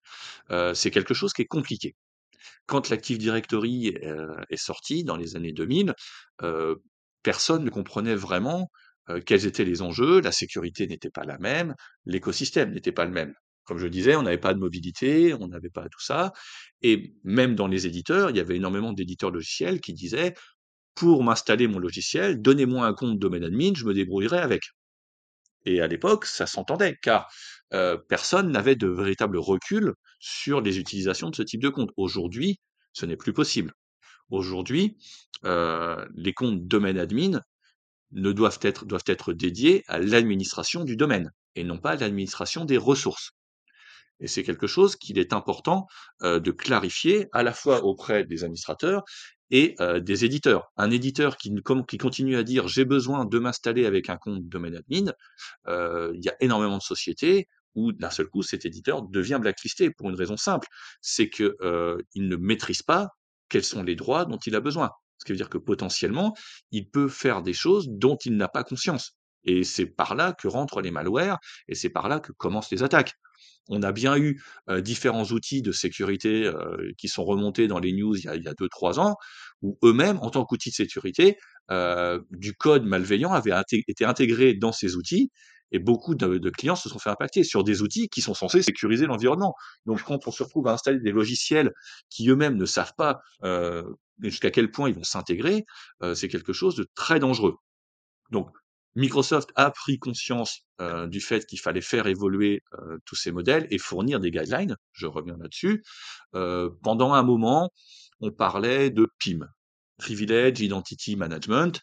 Heu, c'est quelque chose qui est compliqué. Quand l'Active Directory, heu, est sorti dans les années deux mille, heu, personne ne comprenait vraiment, heu, quels étaient les enjeux, la sécurité n'était pas la même, l'écosystème n'était pas le même. Comme je le disais, on n'avait pas de mobilité, on n'avait pas tout ça, et même dans les éditeurs, il y avait énormément d'éditeurs logiciels qui disaient: «Pour m'installer mon logiciel, donnez-moi un compte domaine admin, je me débrouillerai avec». Et à l'époque, ça s'entendait car, heu, personne n'avait de véritable recul sur les utilisations de ce type de compte. Aujourd'hui, ce n'est plus possible. Aujourd'hui, heu, les comptes domaine admin ne doivent être doivent être dédiés à l'administration du domaine et non pas à l'administration des ressources. Et c'est quelque chose qu'il est important, heu, de clarifier à la fois auprès des administrateurs et heu, des éditeurs. Un éditeur qui ne com qui continue à dire: «J'ai besoin de m'installer avec un compte domaine admin», heu, il y a énormément de sociétés où d'un seul coup cet éditeur devient blacklisté pour une raison simple, c'est que, heu, il ne maîtrise pas quels sont les droits dont il a besoin. Ce qui veut dire que potentiellement, il peut faire des choses dont il n'a pas conscience, et c'est par là que rentrent les malwares et c'est par là que commencent les attaques. On a bien eu, heu, différents outils de sécurité, heu, qui sont remontés dans les news il y a il y a deux trois ans, où eux-mêmes, en tant qu'outils de sécurité, heu, du code malveillant avait inté été intégré dans ces outils, et beaucoup de de clients se sont fait impacter sur des outils qui sont censés sécuriser l'environnement. Donc quand on se retrouve à installer des logiciels qui eux-mêmes ne savent pas, heu, jusqu'à quel point ils vont s'intégrer, heu, c'est quelque chose de très dangereux. Donc, Microsoft a pris conscience, heu, du fait qu'il fallait faire évoluer, heu, tous ces modèles et fournir des guidelines, je reviens là-dessus. Heu, pendant un moment, on parlait de P I M, Privilege Identity Management,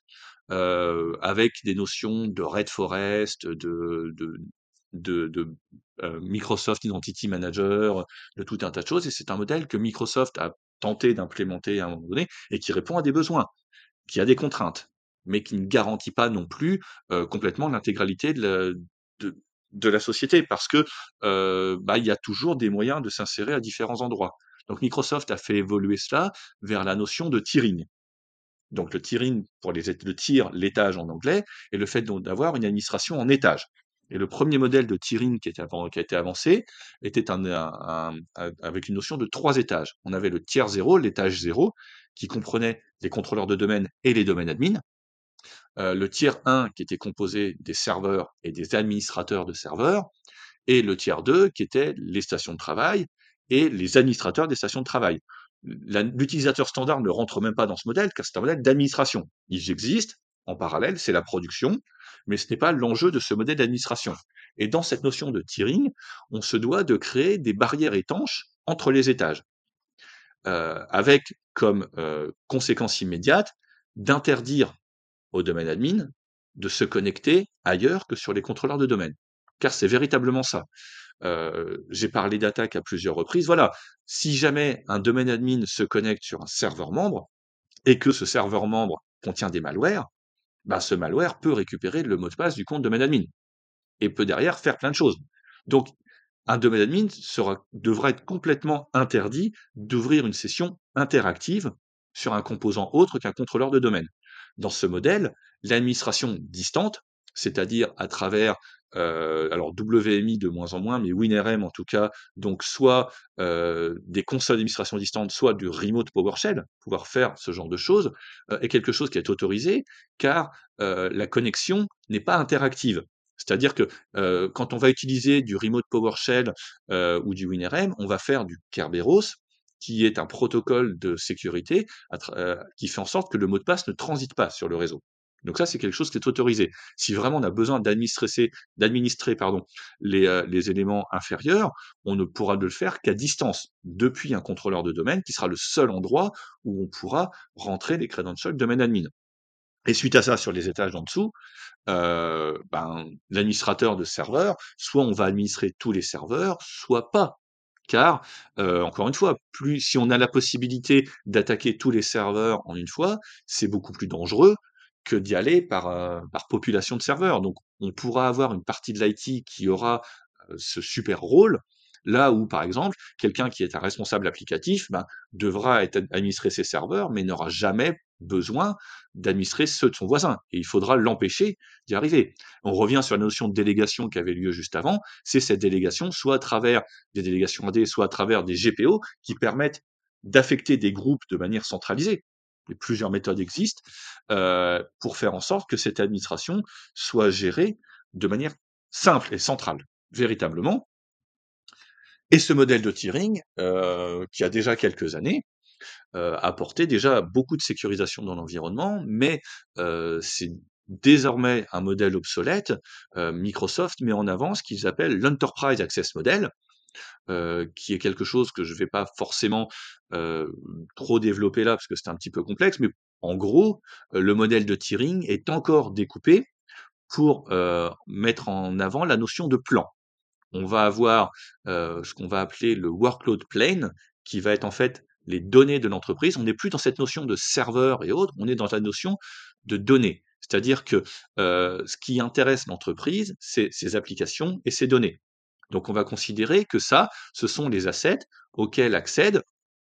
heu, avec des notions de Red Forest, de de de de, heu, Microsoft Identity Manager, de tout un tas de choses, et c'est un modèle que Microsoft a tenté d'implémenter à un moment donné et qui répond à des besoins, qui a des contraintes, mais qui ne garantit pas non plus, heu, complètement l'intégralité de la de de la société parce que, heu, bah, il y a toujours des moyens de s'insérer à différents endroits. Donc Microsoft a fait évoluer cela vers la notion de tiering. Donc le tiering, pour les, le tier, l'étage en anglais, et le fait donc d'avoir une administration en étage. Et le premier modèle de tiering qui, était avant- qui a été avancé était un, un- un- avec une notion de trois étages. On avait le tiers zéro, l'étage zéro, qui comprenait les contrôleurs de domaine et les domaines admin. Euh, le tiers un qui était composé des serveurs et des administrateurs de serveurs, et le tiers deux qui était les stations de travail et les administrateurs des stations de travail. La- L'utilisateur standard ne rentre même pas dans ce modèle car c'est un modèle d'administration. Ils existent en parallèle, c'est la production, mais ce n'est pas l'enjeu de ce modèle d'administration. Et dans cette notion de tiering, on se doit de créer des barrières étanches entre les étages, euh, avec comme euh, conséquence immédiate d'interdire au domaine admin de se connecter ailleurs que sur les contrôleurs de domaine. Car c'est véritablement ça. Euh, j'ai parlé d'attaque à plusieurs reprises. Voilà, si jamais un domaine admin se connecte sur un serveur membre et que ce serveur membre contient des malwares, bah, ce malware peut récupérer le mot de passe du compte domaine admin et peut derrière faire plein de choses. Donc, un domaine admin sera, devra être complètement interdit d'ouvrir une session interactive sur un composant autre qu'un contrôleur de domaine. Dans ce modèle, l'administration distante, c'est-à-dire à travers euh, alors W M I de moins en moins, mais WinRM en tout cas, donc soit euh, des consoles d'administration distante, soit du remote PowerShell, pouvoir faire ce genre de choses, euh, est quelque chose qui est autorisé, car euh, la connexion n'est pas interactive. C'est-à-dire que euh, quand on va utiliser du remote PowerShell euh, ou du WinRM, on va faire du Kerberos, qui est un protocole de sécurité euh, qui fait en sorte que le mot de passe ne transite pas sur le réseau. Donc ça, c'est quelque chose qui est autorisé. Si vraiment on a besoin d'administrer, d'administrer pardon, les, euh, les éléments inférieurs, on ne pourra le faire qu'à distance, depuis un contrôleur de domaine, qui sera le seul endroit où on pourra rentrer les credentials domaine admin. Et suite à ça, sur les étages en dessous, euh, ben, l'administrateur de serveur, soit on va administrer tous les serveurs, soit pas. Car, euh, encore une fois, plus si on a la possibilité d'attaquer tous les serveurs en une fois, c'est beaucoup plus dangereux que d'y aller par, euh, par population de serveurs. Donc, on pourra avoir une partie de l'I T qui aura euh, ce super rôle, là où, par exemple, quelqu'un qui est un responsable applicatif ben, devra être administrer ses serveurs, mais n'aura jamais besoin d'administrer ceux de son voisin. Et il faudra l'empêcher d'y arriver. On revient sur la notion de délégation qui avait lieu juste avant. C'est cette délégation, soit à travers des délégations A D, soit à travers des G P O, qui permettent d'affecter des groupes de manière centralisée. Et plusieurs méthodes existent euh, pour faire en sorte que cette administration soit gérée de manière simple et centrale, véritablement. Et ce modèle de tiering, euh, qui a déjà quelques années, euh, apportait déjà beaucoup de sécurisation dans l'environnement, mais euh, c'est désormais un modèle obsolète. Euh, Microsoft met en avant ce qu'ils appellent l'Enterprise Access Model, euh, qui est quelque chose que je ne vais pas forcément euh, trop développer là, parce que c'est un petit peu complexe, mais en gros, euh, le modèle de tiering est encore découpé pour euh, mettre en avant la notion de plan. On va avoir euh, ce qu'on va appeler le workload plane, qui va être en fait les données de l'entreprise. On n'est plus dans cette notion de serveur et autres, on est dans la notion de données. C'est-à-dire que euh, ce qui intéresse l'entreprise, c'est ses applications et ses données. Donc on va considérer que ça, ce sont les assets auxquels accèdent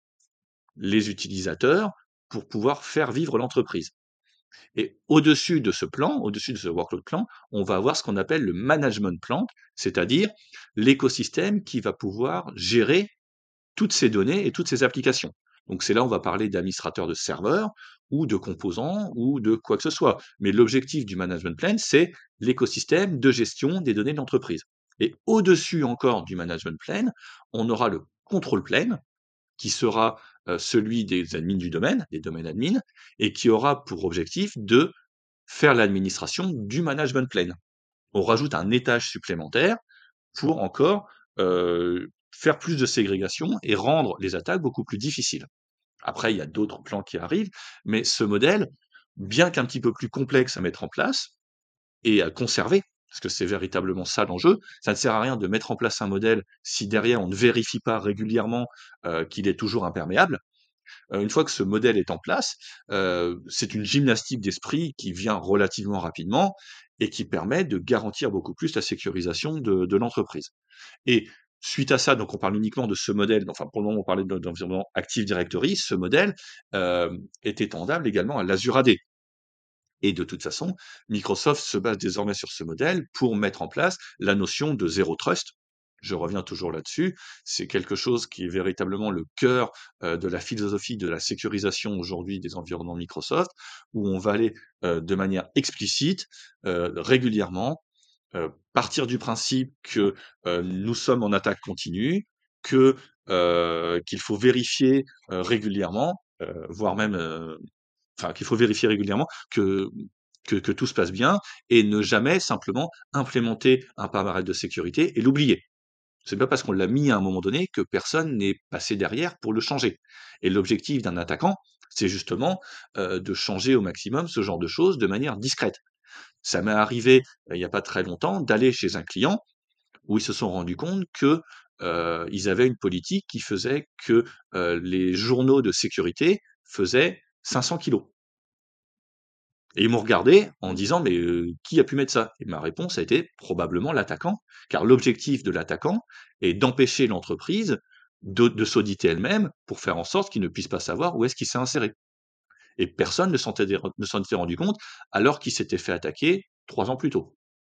les utilisateurs pour pouvoir faire vivre l'entreprise. Et au-dessus de ce plan, au-dessus de ce workload plan, on va avoir ce qu'on appelle le management plan, c'est-à-dire l'écosystème qui va pouvoir gérer toutes ces données et toutes ces applications. Donc c'est là où on va parler d'administrateurs de serveurs ou de composants ou de quoi que ce soit. Mais l'objectif du management plan, c'est l'écosystème de gestion des données de l'entreprise. Et au-dessus encore du management plan, on aura le control plan, qui sera euh, celui des admins du domaine, des domaines admins, et qui aura pour objectif de faire l'administration du management plane. On rajoute un étage supplémentaire pour encore euh, faire plus de ségrégation et rendre les attaques beaucoup plus difficiles. Après, il y a d'autres plans qui arrivent, mais ce modèle, bien qu'un petit peu plus complexe à mettre en place et à conserver, parce que c'est véritablement ça l'enjeu, ça ne sert à rien de mettre en place un modèle si derrière on ne vérifie pas régulièrement euh, qu'il est toujours imperméable. Euh, une fois que ce modèle est en place, euh, c'est une gymnastique d'esprit qui vient relativement rapidement et qui permet de garantir beaucoup plus la sécurisation de, de l'entreprise. Et Suite à ça, donc on parle uniquement de ce modèle, enfin pour le moment on parlait de d'environnement Active Directory, ce modèle, hem, est étendable également à l'Azure A D. Et de toute façon, Microsoft se base désormais sur ce modèle pour mettre en place la notion de Zero Trust. Je reviens toujours là-dessus. C'est quelque chose qui est véritablement le cœur, heu, de la philosophie de la sécurisation aujourd'hui des environnements Microsoft, où on va aller, heu, de manière explicite, heu, régulièrement, heu, partir du principe que, heu, nous sommes en attaque continue, que, heu, qu'il faut vérifier, heu, régulièrement, heu, voire même, heu, enfin qu'il faut vérifier régulièrement que que que tout se passe bien et ne jamais simplement implémenter un paramètre de sécurité et l'oublier. C'est pas parce qu'on l'a mis à un moment donné que personne n'est passé derrière pour le changer. Et l'objectif d'un attaquant, c'est justement, heu, de changer au maximum ce genre de choses de manière discrète. Ça m'est arrivé, heu, il y a pas très longtemps, d'aller chez un client où ils se sont rendus compte que, heu, ils avaient une politique qui faisait que, heu, les journaux de sécurité faisaient cinq cents kilos. Et ils m'ont regardé en disant: «Mais, heu, qui a pu mettre ça?» Et ma réponse a été: «Probablement l'attaquant», car l'objectif de l'attaquant est d'empêcher l'entreprise de de s'auditer elle-même pour faire en sorte qu'il ne puisse pas savoir où est-ce qu'il s'est inséré. Et personne ne s'en était ne s'en était rendu compte alors qu'il s'était fait attaquer trois ans plus tôt.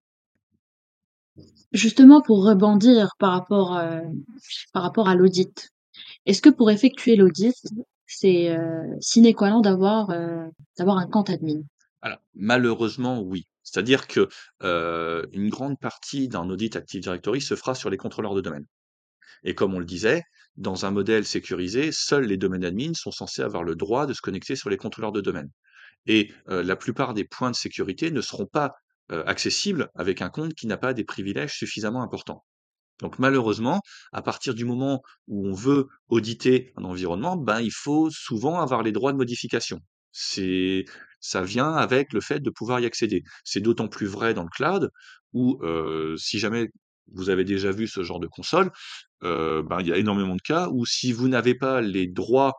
Justement, pour rebondir par rapport, heu, par rapport à l'audit, est-ce que pour effectuer l'audit, c'est, heu, sine qua non d'avoir, heu, d'avoir un compte admin? Alors, malheureusement, oui. C'est-à-dire que, heu, une grande partie d'un audit Active Directory se fera sur les contrôleurs de domaine. Et comme on le disait, dans un modèle sécurisé, seuls les domaines admins sont censés avoir le droit de se connecter sur les contrôleurs de domaine. Et heu, la plupart des points de sécurité ne seront pas, heu, accessibles avec un compte qui n'a pas des privilèges suffisamment importants. Donc malheureusement, à partir du moment où on veut auditer un environnement, ben, il faut souvent avoir les droits de modification. C'est Ça vient avec le fait de pouvoir y accéder. C'est d'autant plus vrai dans le cloud où, heu, si jamais vous avez déjà vu ce genre de console, heu, ben, il y a énormément de cas où si vous n'avez pas les droits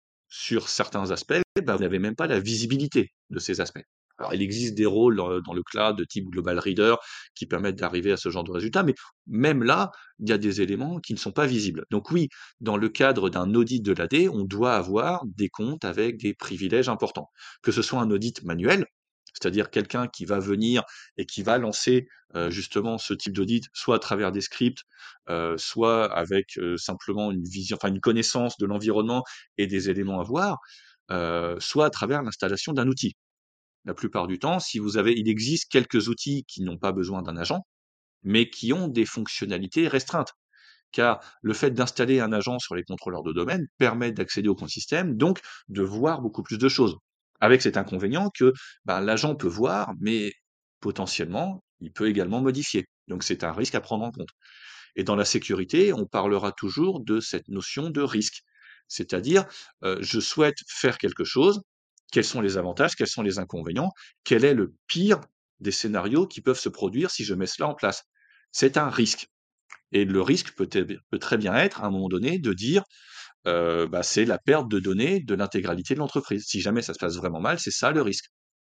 sur certains aspects, bah, vous n'avez même pas la visibilité de ces aspects. Alors, il existe des rôles dans, dans le cloud de type Global Reader qui permettent d'arriver à ce genre de résultat, mais même là, il y a des éléments qui ne sont pas visibles. Donc oui, dans le cadre d'un audit de l'A D, on doit avoir des comptes avec des privilèges importants. Que ce soit un audit manuel, c'est-à-dire quelqu'un qui va venir et qui va lancer euh, justement ce type d'audit, soit à travers des scripts, euh, soit avec euh, simplement une vision, enfin une connaissance de l'environnement et des éléments à voir, heu, soit à travers l'installation d'un outil. La plupart du temps, si vous avez il existe quelques outils qui n'ont pas besoin d'un agent, mais qui ont des fonctionnalités restreintes. Car le fait d'installer un agent sur les contrôleurs de domaine permet d'accéder au compte système, donc de voir beaucoup plus de choses. Avec cet inconvénient que, ben, l'agent peut voir, mais potentiellement, il peut également modifier. Donc c'est un risque à prendre en compte. Et dans la sécurité, on parlera toujours de cette notion de risque. C'est-à-dire, heu, je souhaite faire quelque chose, quels sont les avantages, quels sont les inconvénients? Quel est le pire des scénarios qui peuvent se produire si je mets cela en place? C'est un risque et le risque peut être peut très bien être, à un moment donné, de dire, heu, bah, c'est la perte de données de l'intégralité de l'entreprise. Si jamais ça se passe vraiment mal, c'est ça le risque.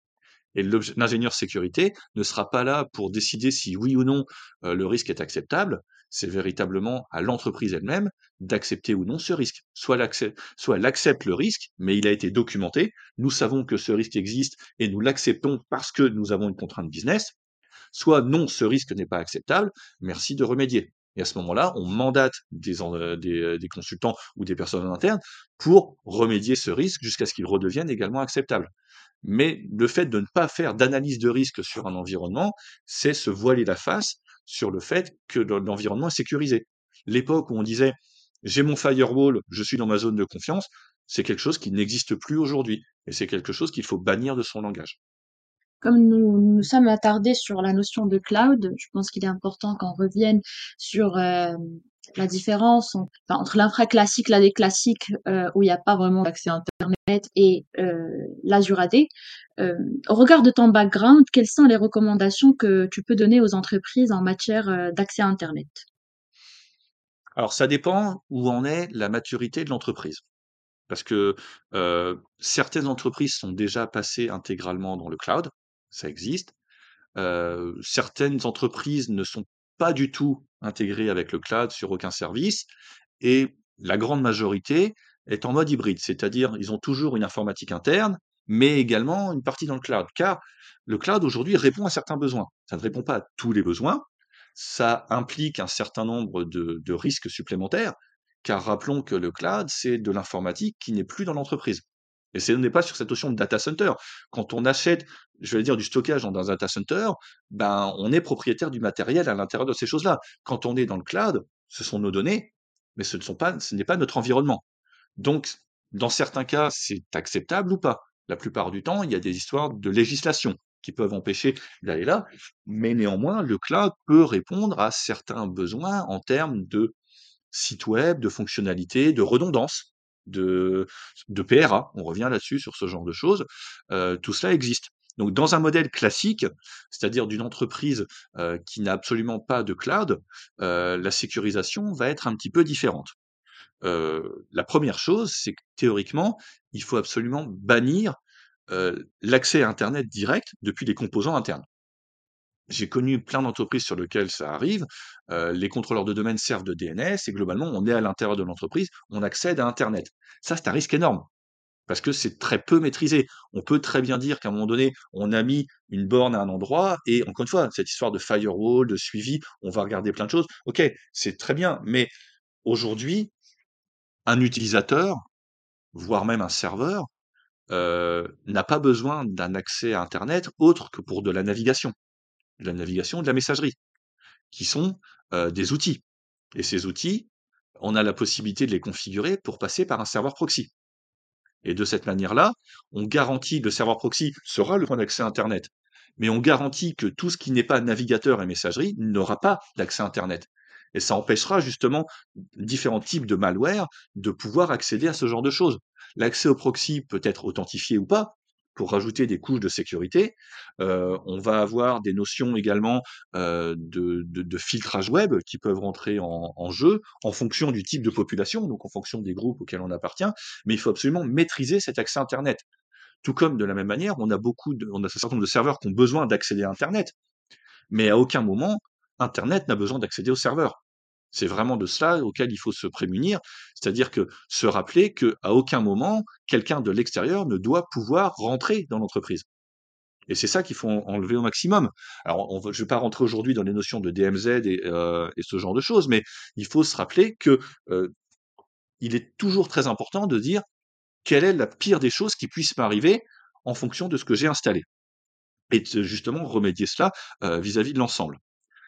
Et l'obje l'ingénieur sécurité ne sera pas là pour décider si oui ou non, heu, le risque est acceptable. C'est véritablement à l'entreprise elle-même d'accepter ou non ce risque. Soit l'accep soit elle accepte le risque, mais il a été documenté. Nous savons que ce risque existe et nous l'acceptons parce que nous avons une contrainte business. Soit non, ce risque n'est pas acceptable, merci de remédier. Et à ce moment-là, on mandate des en heu, des, heu, des consultants ou des personnes en interne pour remédier ce risque jusqu'à ce qu'il redevienne également acceptable. Mais le fait de ne pas faire d'analyse de risque sur un environnement, c'est se voiler la face sur le fait que le l'environnement est sécurisé. L'époque où on disait: «J'ai mon firewall, je suis dans ma zone de confiance», c'est quelque chose qui n'existe plus aujourd'hui et c'est quelque chose qu'il faut bannir de son langage. Comme nous nous sommes attardés sur la notion de cloud, je pense qu'il est important qu'on revienne sur euh, la différence en- enfin, entre l'infra classique, l'A D classique, euh, où il n'y a pas vraiment d'accès Internet, et euh, l'Azure A D. Euh, au regard de ton background, quelles sont les recommandations que tu peux donner aux entreprises en matière euh, d'accès à Internet? Alors ça dépend où en est la maturité de l'entreprise. Parce que, heu, certaines entreprises sont déjà passées intégralement dans le cloud, ça existe. Heu, certaines entreprises ne sont pas du tout intégrés avec le cloud sur aucun service et la grande majorité est en mode hybride. C'est-à-dire, ils ont toujours une informatique interne, mais également une partie dans le cloud. Car le cloud, aujourd'hui, répond à certains besoins. Ça ne répond pas à tous les besoins. Ça implique un certain nombre de de risques supplémentaires, car rappelons que le cloud, c'est de l'informatique qui n'est plus dans l'entreprise. Et ce n'est pas sur cette notion de data center. Quand on achète, je vais dire, du stockage dans un data center, ben, on est propriétaire du matériel à l'intérieur de ces choses-là. Quand on est dans le cloud, ce sont nos données, mais ce ne sont pas ce n'est pas notre environnement. Donc, dans certains cas, c'est acceptable ou pas. La plupart du temps, il y a des histoires de législation qui peuvent empêcher d'aller là, mais néanmoins, le cloud peut répondre à certains besoins en termes de site web, de fonctionnalités, de redondance, de de P R A. On revient là-dessus, sur ce genre de choses. Heu, tout cela existe. Donc dans un modèle classique, c'est-à-dire d'une entreprise, heu, qui n'a absolument pas de cloud, heu, la sécurisation va être un petit peu différente. Heu, la première chose, c'est que théoriquement, il faut absolument bannir, heu, l'accès à internet direct depuis les composants internes. J'ai connu plein d'entreprises sur lesquelles ça arrive, heu, les contrôleurs de domaine servent de D N S et globalement, on est à l'intérieur de l'entreprise, on accède à internet. Ça, c'est un risque énorme parce que c'est très peu maîtrisé. On peut très bien dire qu'à un moment donné, on a mis une borne à un endroit et encore une fois, cette histoire de firewall, de suivi, on va regarder plein de choses. OK, c'est très bien, mais aujourd'hui, un utilisateur, voire même un serveur, heu, n'a pas besoin d'un accès à internet autre que pour de la navigation. De la navigation, de la messagerie, qui sont, heu, des outils et ces outils, on a la possibilité de les configurer pour passer par un serveur proxy et de cette manière-là, on garantit le serveur proxy sera le point d'accès internet, mais on garantit que tout ce qui n'est pas navigateur et messagerie n'aura pas d'accès internet et ça empêchera justement différents types de malware de pouvoir accéder à ce genre de choses. L'accès au proxy peut être authentifié ou pas, pour rajouter des couches de sécurité. Heu, on va avoir des notions également, heu, de de de filtrage web qui peuvent rentrer en en jeu, en fonction du type de population, donc en fonction des groupes auxquels on appartient, mais il faut absolument maîtriser cet accès internet. Tout comme de la même manière, on a beaucoup de on a un certain nombre de serveurs qui ont besoin d'accéder à internet, mais à aucun moment, internet n'a besoin d'accéder au serveur. C'est vraiment de cela auquel il faut se prémunir, c'est-à-dire que se rappeler qu'à aucun moment, quelqu'un de l'extérieur ne doit pouvoir rentrer dans l'entreprise. Et c'est ça qu'il faut en enlever au maximum. Alors, on va je ne vais pas rentrer aujourd'hui dans les notions de D M Z et heu et ce genre de choses, mais il faut se rappeler que, heu, il est toujours très important de dire: «Quelle est la pire des choses qui puissent m'arriver en fonction de ce que j'ai installé?» et de justement remédier cela, heu, vis-à-vis de l'ensemble.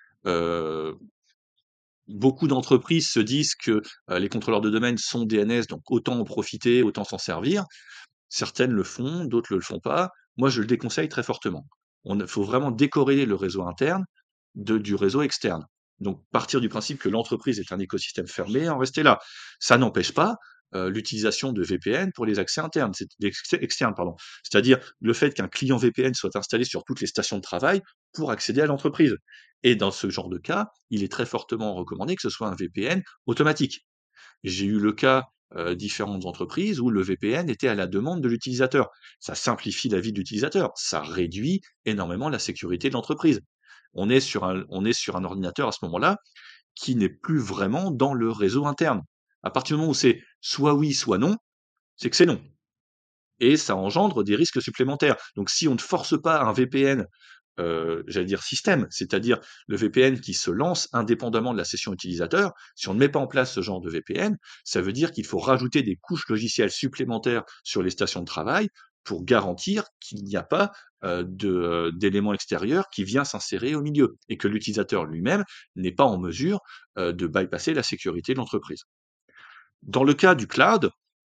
Heu, Beaucoup d'entreprises se disent que, heu, les contrôleurs de domaine sont D N S, donc autant en profiter, autant s'en servir. Certaines le font, d'autres ne le font pas. Moi, je le déconseille très fortement. On faut vraiment décorréler le réseau interne de du réseau externe. Donc partir du principe que l'entreprise est un écosystème fermé, et en rester là. Ça n'empêche pas, heu, l'utilisation de V P N pour les accès internes, c'est ex externes, pardon. C'est-à-dire le fait qu'un client V P N soit installé sur toutes les stations de travail pour accéder à l'entreprise. Et dans ce genre de cas, il est très fortement recommandé que ce soit un V P N automatique. J'ai eu le cas, heu, différentes entreprises où le V P N était à la demande de l'utilisateur. Ça simplifie la vie de l'utilisateur, ça réduit énormément la sécurité de l'entreprise. On est sur un on est sur un ordinateur à ce moment-là qui n'est plus vraiment dans le réseau interne. À partir du moment où c'est soit oui, soit non, c'est que c'est non et ça engendre des risques supplémentaires. Donc si on ne force pas un V P N, heu, j'allais dire système, c'est-à-dire le V P N qui se lance indépendamment de la session utilisateur, si on ne met pas en place ce genre de V P N, ça veut dire qu'il faut rajouter des couches logicielles supplémentaires sur les stations de travail pour garantir qu'il n'y a pas, heu, de, heu, d'éléments extérieurs qui vient s'insérer au milieu et que l'utilisateur lui-même n'est pas en mesure, heu, de bypasser la sécurité de l'entreprise. Dans le cas du cloud,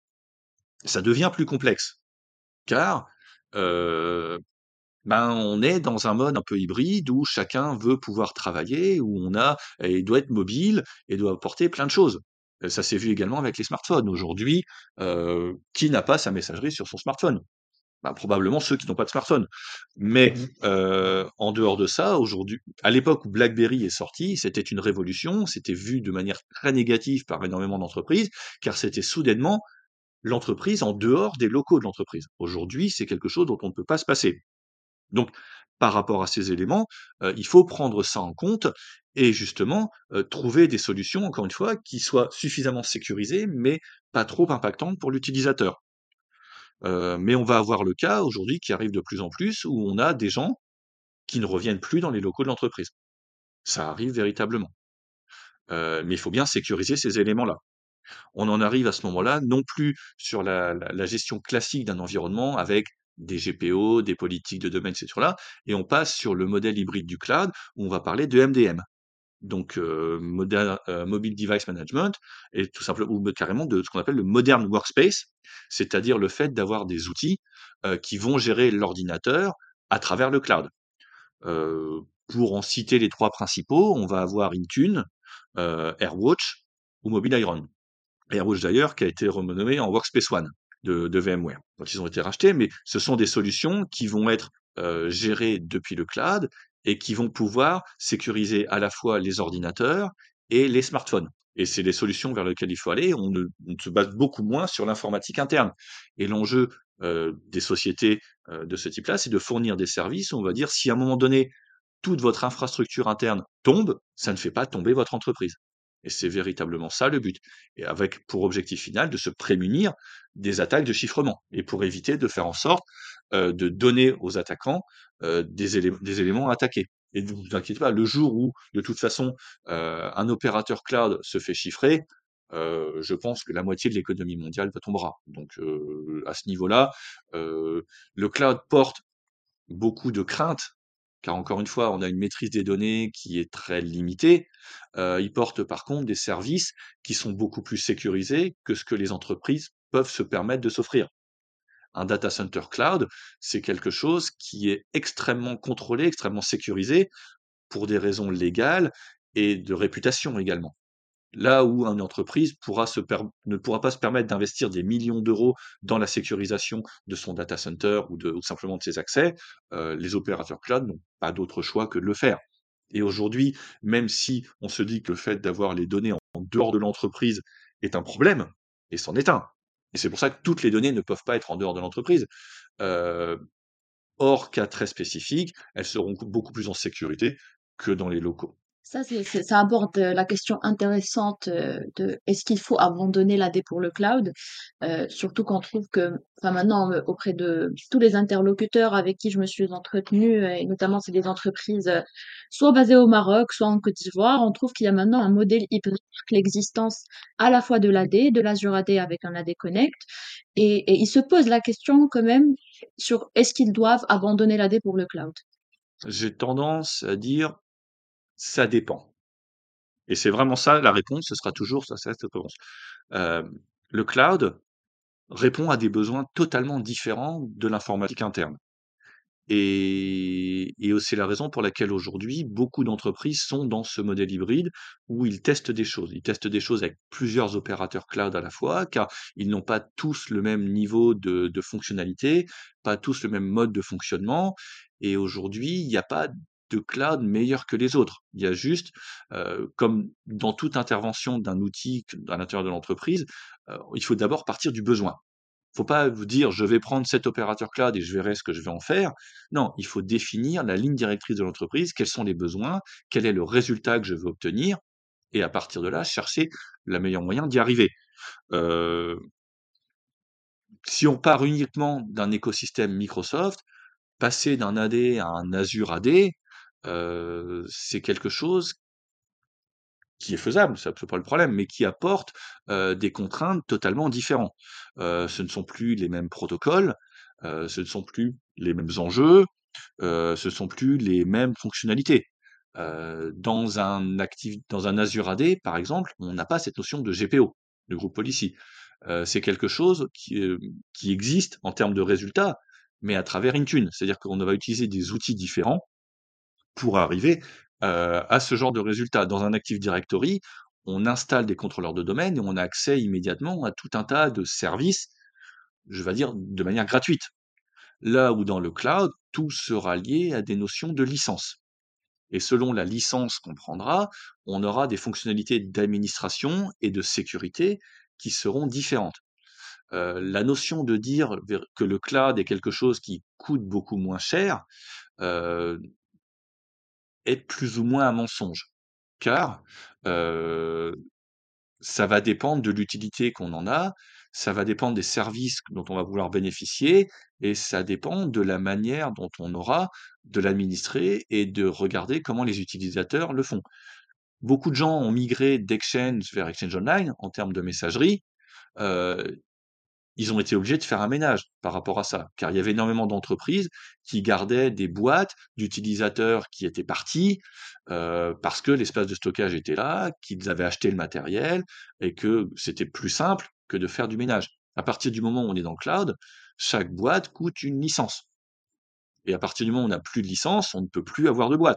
ça devient plus complexe car, heu, ben, on est dans un mode un peu hybride où chacun veut pouvoir travailler, où on a et doit être mobile et doit apporter plein de choses. Heu, ça s'est vu également avec les smartphones. Aujourd'hui, heu, qui n'a pas sa messagerie sur son smartphone? Bah, probablement ceux qui n'ont pas de smartphone. Mais, Mmh. heu, en dehors de ça, aujourd'hui à l'époque où BlackBerry est sorti, c'était une révolution, c'était vu de manière très négative par énormément d'entreprises, car c'était soudainement l'entreprise en dehors des locaux de l'entreprise. Aujourd'hui, c'est quelque chose dont on ne peut pas se passer. Donc par rapport à ces éléments, heu, il faut prendre ça en compte et justement, heu, trouver des solutions, encore une fois, qui soient suffisamment sécurisées, mais pas trop impactantes pour l'utilisateur. Heu, mais on va avoir le cas aujourd'hui qui arrive de plus en plus où on a des gens qui ne reviennent plus dans les locaux de l'entreprise. Ça arrive véritablement. Heu, mais il faut bien sécuriser ces éléments-là. On en arrive à ce moment-là, non plus sur la la la gestion classique d'un environnement avec des G P O, des politiques de domaine, ces trucs-là, et on passe sur le modèle hybride du cloud où on va parler de M D M. Donc, heu, moda heu, Mobile Device Management et tout simplement ou me carrément de ce qu'on appelle le Modern Workspace, c'est-à-dire le fait d'avoir des outils, heu, qui vont gérer l'ordinateur à travers le cloud. Heu, pour en citer les trois principaux, on va avoir Intune, heu, AirWatch ou Mobile Iron. AirWatch d'ailleurs qui a été renommé en Workspace ONE de de VMware quand ils ont été rachetés, mais ce sont des solutions qui vont être, heu, gérées depuis le cloud et qui vont pouvoir sécuriser à la fois les ordinateurs et les smartphones et c'est les solutions vers lesquelles il faut aller. On ne on se base beaucoup moins sur l'informatique interne et l'enjeu, heu, des sociétés, heu, de ce type-là, c'est de fournir des services, on va dire, si à un moment donné, toute votre infrastructure interne tombe, ça ne fait pas tomber votre entreprise et c'est véritablement ça le but et avec pour objectif final de se prémunir des attaques de chiffrement et pour éviter de faire en sorte, heu, de donner aux attaquants, heu, des élé des éléments à attaquer et ne vous inquiétez pas, le jour où de toute façon, heu, un opérateur cloud se fait chiffrer, heu, je pense que la moitié de l'économie mondiale va tombera donc heu, à ce niveau-là, heu, le cloud porte beaucoup de craintes, car encore une fois, on a une maîtrise des données qui est très limitée. Heu, ils portent par contre des services qui sont beaucoup plus sécurisés que ce que les entreprises peuvent se permettre de s'offrir. Un data center cloud, c'est quelque chose qui est extrêmement contrôlé, extrêmement sécurisé pour des raisons légales et de réputation également. Là où une entreprise pourra se per ne pourra pas se permettre d'investir des millions d'euros dans la sécurisation de son data center ou de ou simplement de ses accès, heu, les opérateurs cloud n'ont pas d'autre choix que de le faire. Et aujourd'hui, même si on se dit que le fait d'avoir les données en en dehors de l'entreprise est un problème, et c'en est un. Et c'est pour ça que toutes les données ne peuvent pas être en dehors de l'entreprise. Heu, hors cas très spécifiques, elles seront beaucoup plus en sécurité que dans les locaux. Ça, c'est, c'est- ça aborde euh, la question intéressante euh, de est-ce qu'il faut abandonner l'A D pour le cloud. Euh, surtout qu'on trouve que, enfin maintenant, euh, auprès de tous les interlocuteurs avec qui je me suis entretenue, euh, et notamment c'est des entreprises euh, soit basées au Maroc, soit en Côte d'Ivoire, on trouve qu'il y a maintenant un modèle hybride, l'existence à la fois de l'A D, de l'Azure A D avec un A D Connect, et, et ils se posent la question quand même sur est-ce qu'ils doivent abandonner l'A D pour le cloud. J'ai tendance à dire: «Ça dépend». Et c'est vraiment ça la réponse, ce sera toujours ça, ça reste la réponse. Hem, le cloud répond à des besoins totalement différents de l'informatique interne et et au c'est la raison pour laquelle aujourd'hui, beaucoup d'entreprises sont dans ce modèle hybride où ils testent des choses. Ils testent des choses avec plusieurs opérateurs cloud à la fois, car ils n'ont pas tous le même niveau de de fonctionnalité, pas tous le même mode de fonctionnement et aujourd'hui, il y a pas de cloud meilleur que les autres. Il y a juste, heu, comme dans toute intervention d'un outil q à l'intérieur de l'entreprise, heu, il faut d'abord partir du besoin. Faut pas vous dire: «Je vais prendre cet opérateur cloud et je verrai ce que je vais en faire». Non, il faut définir la ligne directrice de l'entreprise, quels sont les besoins, quel est le résultat que je veux obtenir et à partir de là, chercher le meilleur moyen d'y arriver. Heu, si on part uniquement d'un écosystème Microsoft, passer d'un A D à un Azure A D, heu, c'est quelque chose qui est faisable, ça c'est pas le problème, mais qui apporte, heu, des contraintes totalement différentes. Heu, ce ne sont plus les mêmes protocoles, heu, ce ne sont plus les mêmes enjeux, heu, ce sont plus les mêmes fonctionnalités. Heu, dans un activ dans un Azure A D, par exemple, on n'a pas cette notion de G P O, de groupe policy. Heu, c'est quelque chose qui, hem, qui existe en termes de résultats, mais à travers Intune. C'est-à-dire qu'on va utiliser des outils différents pour arriver, heu, à ce genre de résultat. Dans un Active Directory, on installe des contrôleurs de domaine et on a accès immédiatement à tout un tas de services, je vais dire de manière gratuite. Là où dans le cloud, tout sera lié à des notions de licence et selon la licence qu'on prendra, on aura des fonctionnalités d'administration et de sécurité qui seront différentes. Heu, la notion de dire ver que le cloud est quelque chose qui coûte beaucoup moins cher, heu, est plus ou moins un mensonge. Car, heu, ça va dépendre de l'utilité qu'on en a, ça va dépendre des services dont on va vouloir bénéficier et ça dépend de la manière dont on aura de l'administrer et de regarder comment les utilisateurs le font. Beaucoup de gens ont migré d'Exchange vers Exchange Online en termes de messagerie, heu, ils ont été obligés de faire un ménage par rapport à ça, car il y avait énormément d'entreprises qui gardaient des boîtes d'utilisateurs qui étaient partis, heu, parce que l'espace de stockage était là, qu'ils avaient acheté le matériel et que c'était plus simple que de faire du ménage. À partir du moment où on est dans le cloud, chaque boîte coûte une licence et à partir du moment où on n'a plus de licence, on ne peut plus avoir de boîte.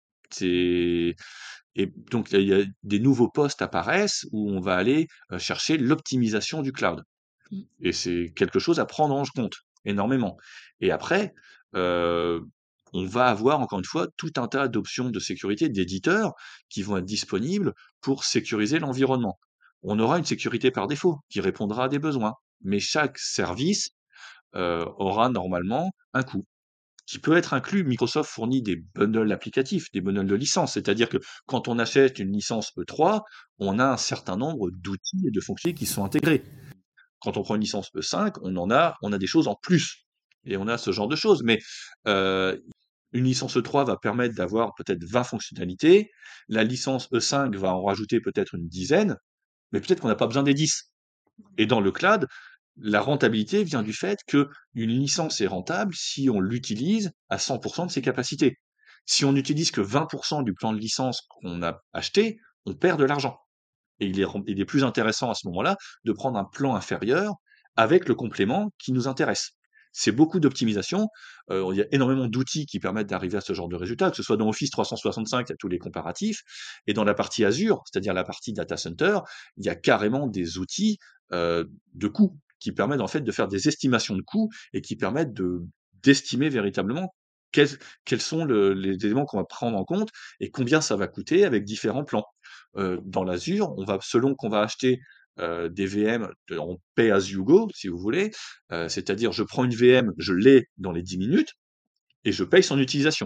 C'est et donc il y a il y a des nouveaux postes apparaissent où on va aller, heu, chercher l'optimisation du cloud. Mmh. Et c'est quelque chose à prendre en compte, énormément. Et après, heu, on va avoir encore une fois tout un tas d'options de sécurité, d'éditeurs qui vont être disponibles pour sécuriser l'environnement. On aura une sécurité par défaut qui répondra à des besoins, mais chaque service, heu, aura normalement un coût qui peut être inclus. Microsoft fournit des bundles applicatifs, des bundles de licences, c'est-à-dire que quand on achète une licence E trois, on a un certain nombre d'outils et de fonctionnalités qui sont intégrés. Quand on prend une licence E cinq, on en a on a des choses en plus et on a ce genre de choses. Mais, heu, une licence E trois va permettre d'avoir peut-être vingt fonctionnalités. La licence E cinq va en rajouter peut-être une dizaine, mais peut-être qu'on n'a pas besoin des dix. Et dans le cloud, la rentabilité vient du fait qu'une licence est rentable si on l'utilise à cent de ses capacités. Si on n'utilise que vingt du plan de licence qu'on a acheté, on perd de l'argent. Et il est, ren- il est plus intéressant à ce moment-là de prendre un plan inférieur avec le complément qui nous intéresse. C'est beaucoup d'optimisation. Euh, il y a énormément d'outils qui permettent d'arriver à ce genre de résultats, que ce soit dans Office trois cent soixante-cinq, il y a tous les comparatifs, et dans la partie Azure, c'est-à-dire la partie data center, il y a carrément des outils euh, de coûts qui permettent en fait de faire des estimations de coûts et qui permettent de d'estimer véritablement quels, quels sont le- les éléments qu'on va prendre en compte et combien ça va coûter avec différents plans. Heu, dans l'Azure, on va selon qu'on va acheter, heu, des V M de en pay as you go, si vous voulez, heu, c'est-à-dire je prends une V M, je l'ai dans les dix minutes et je paye son utilisation.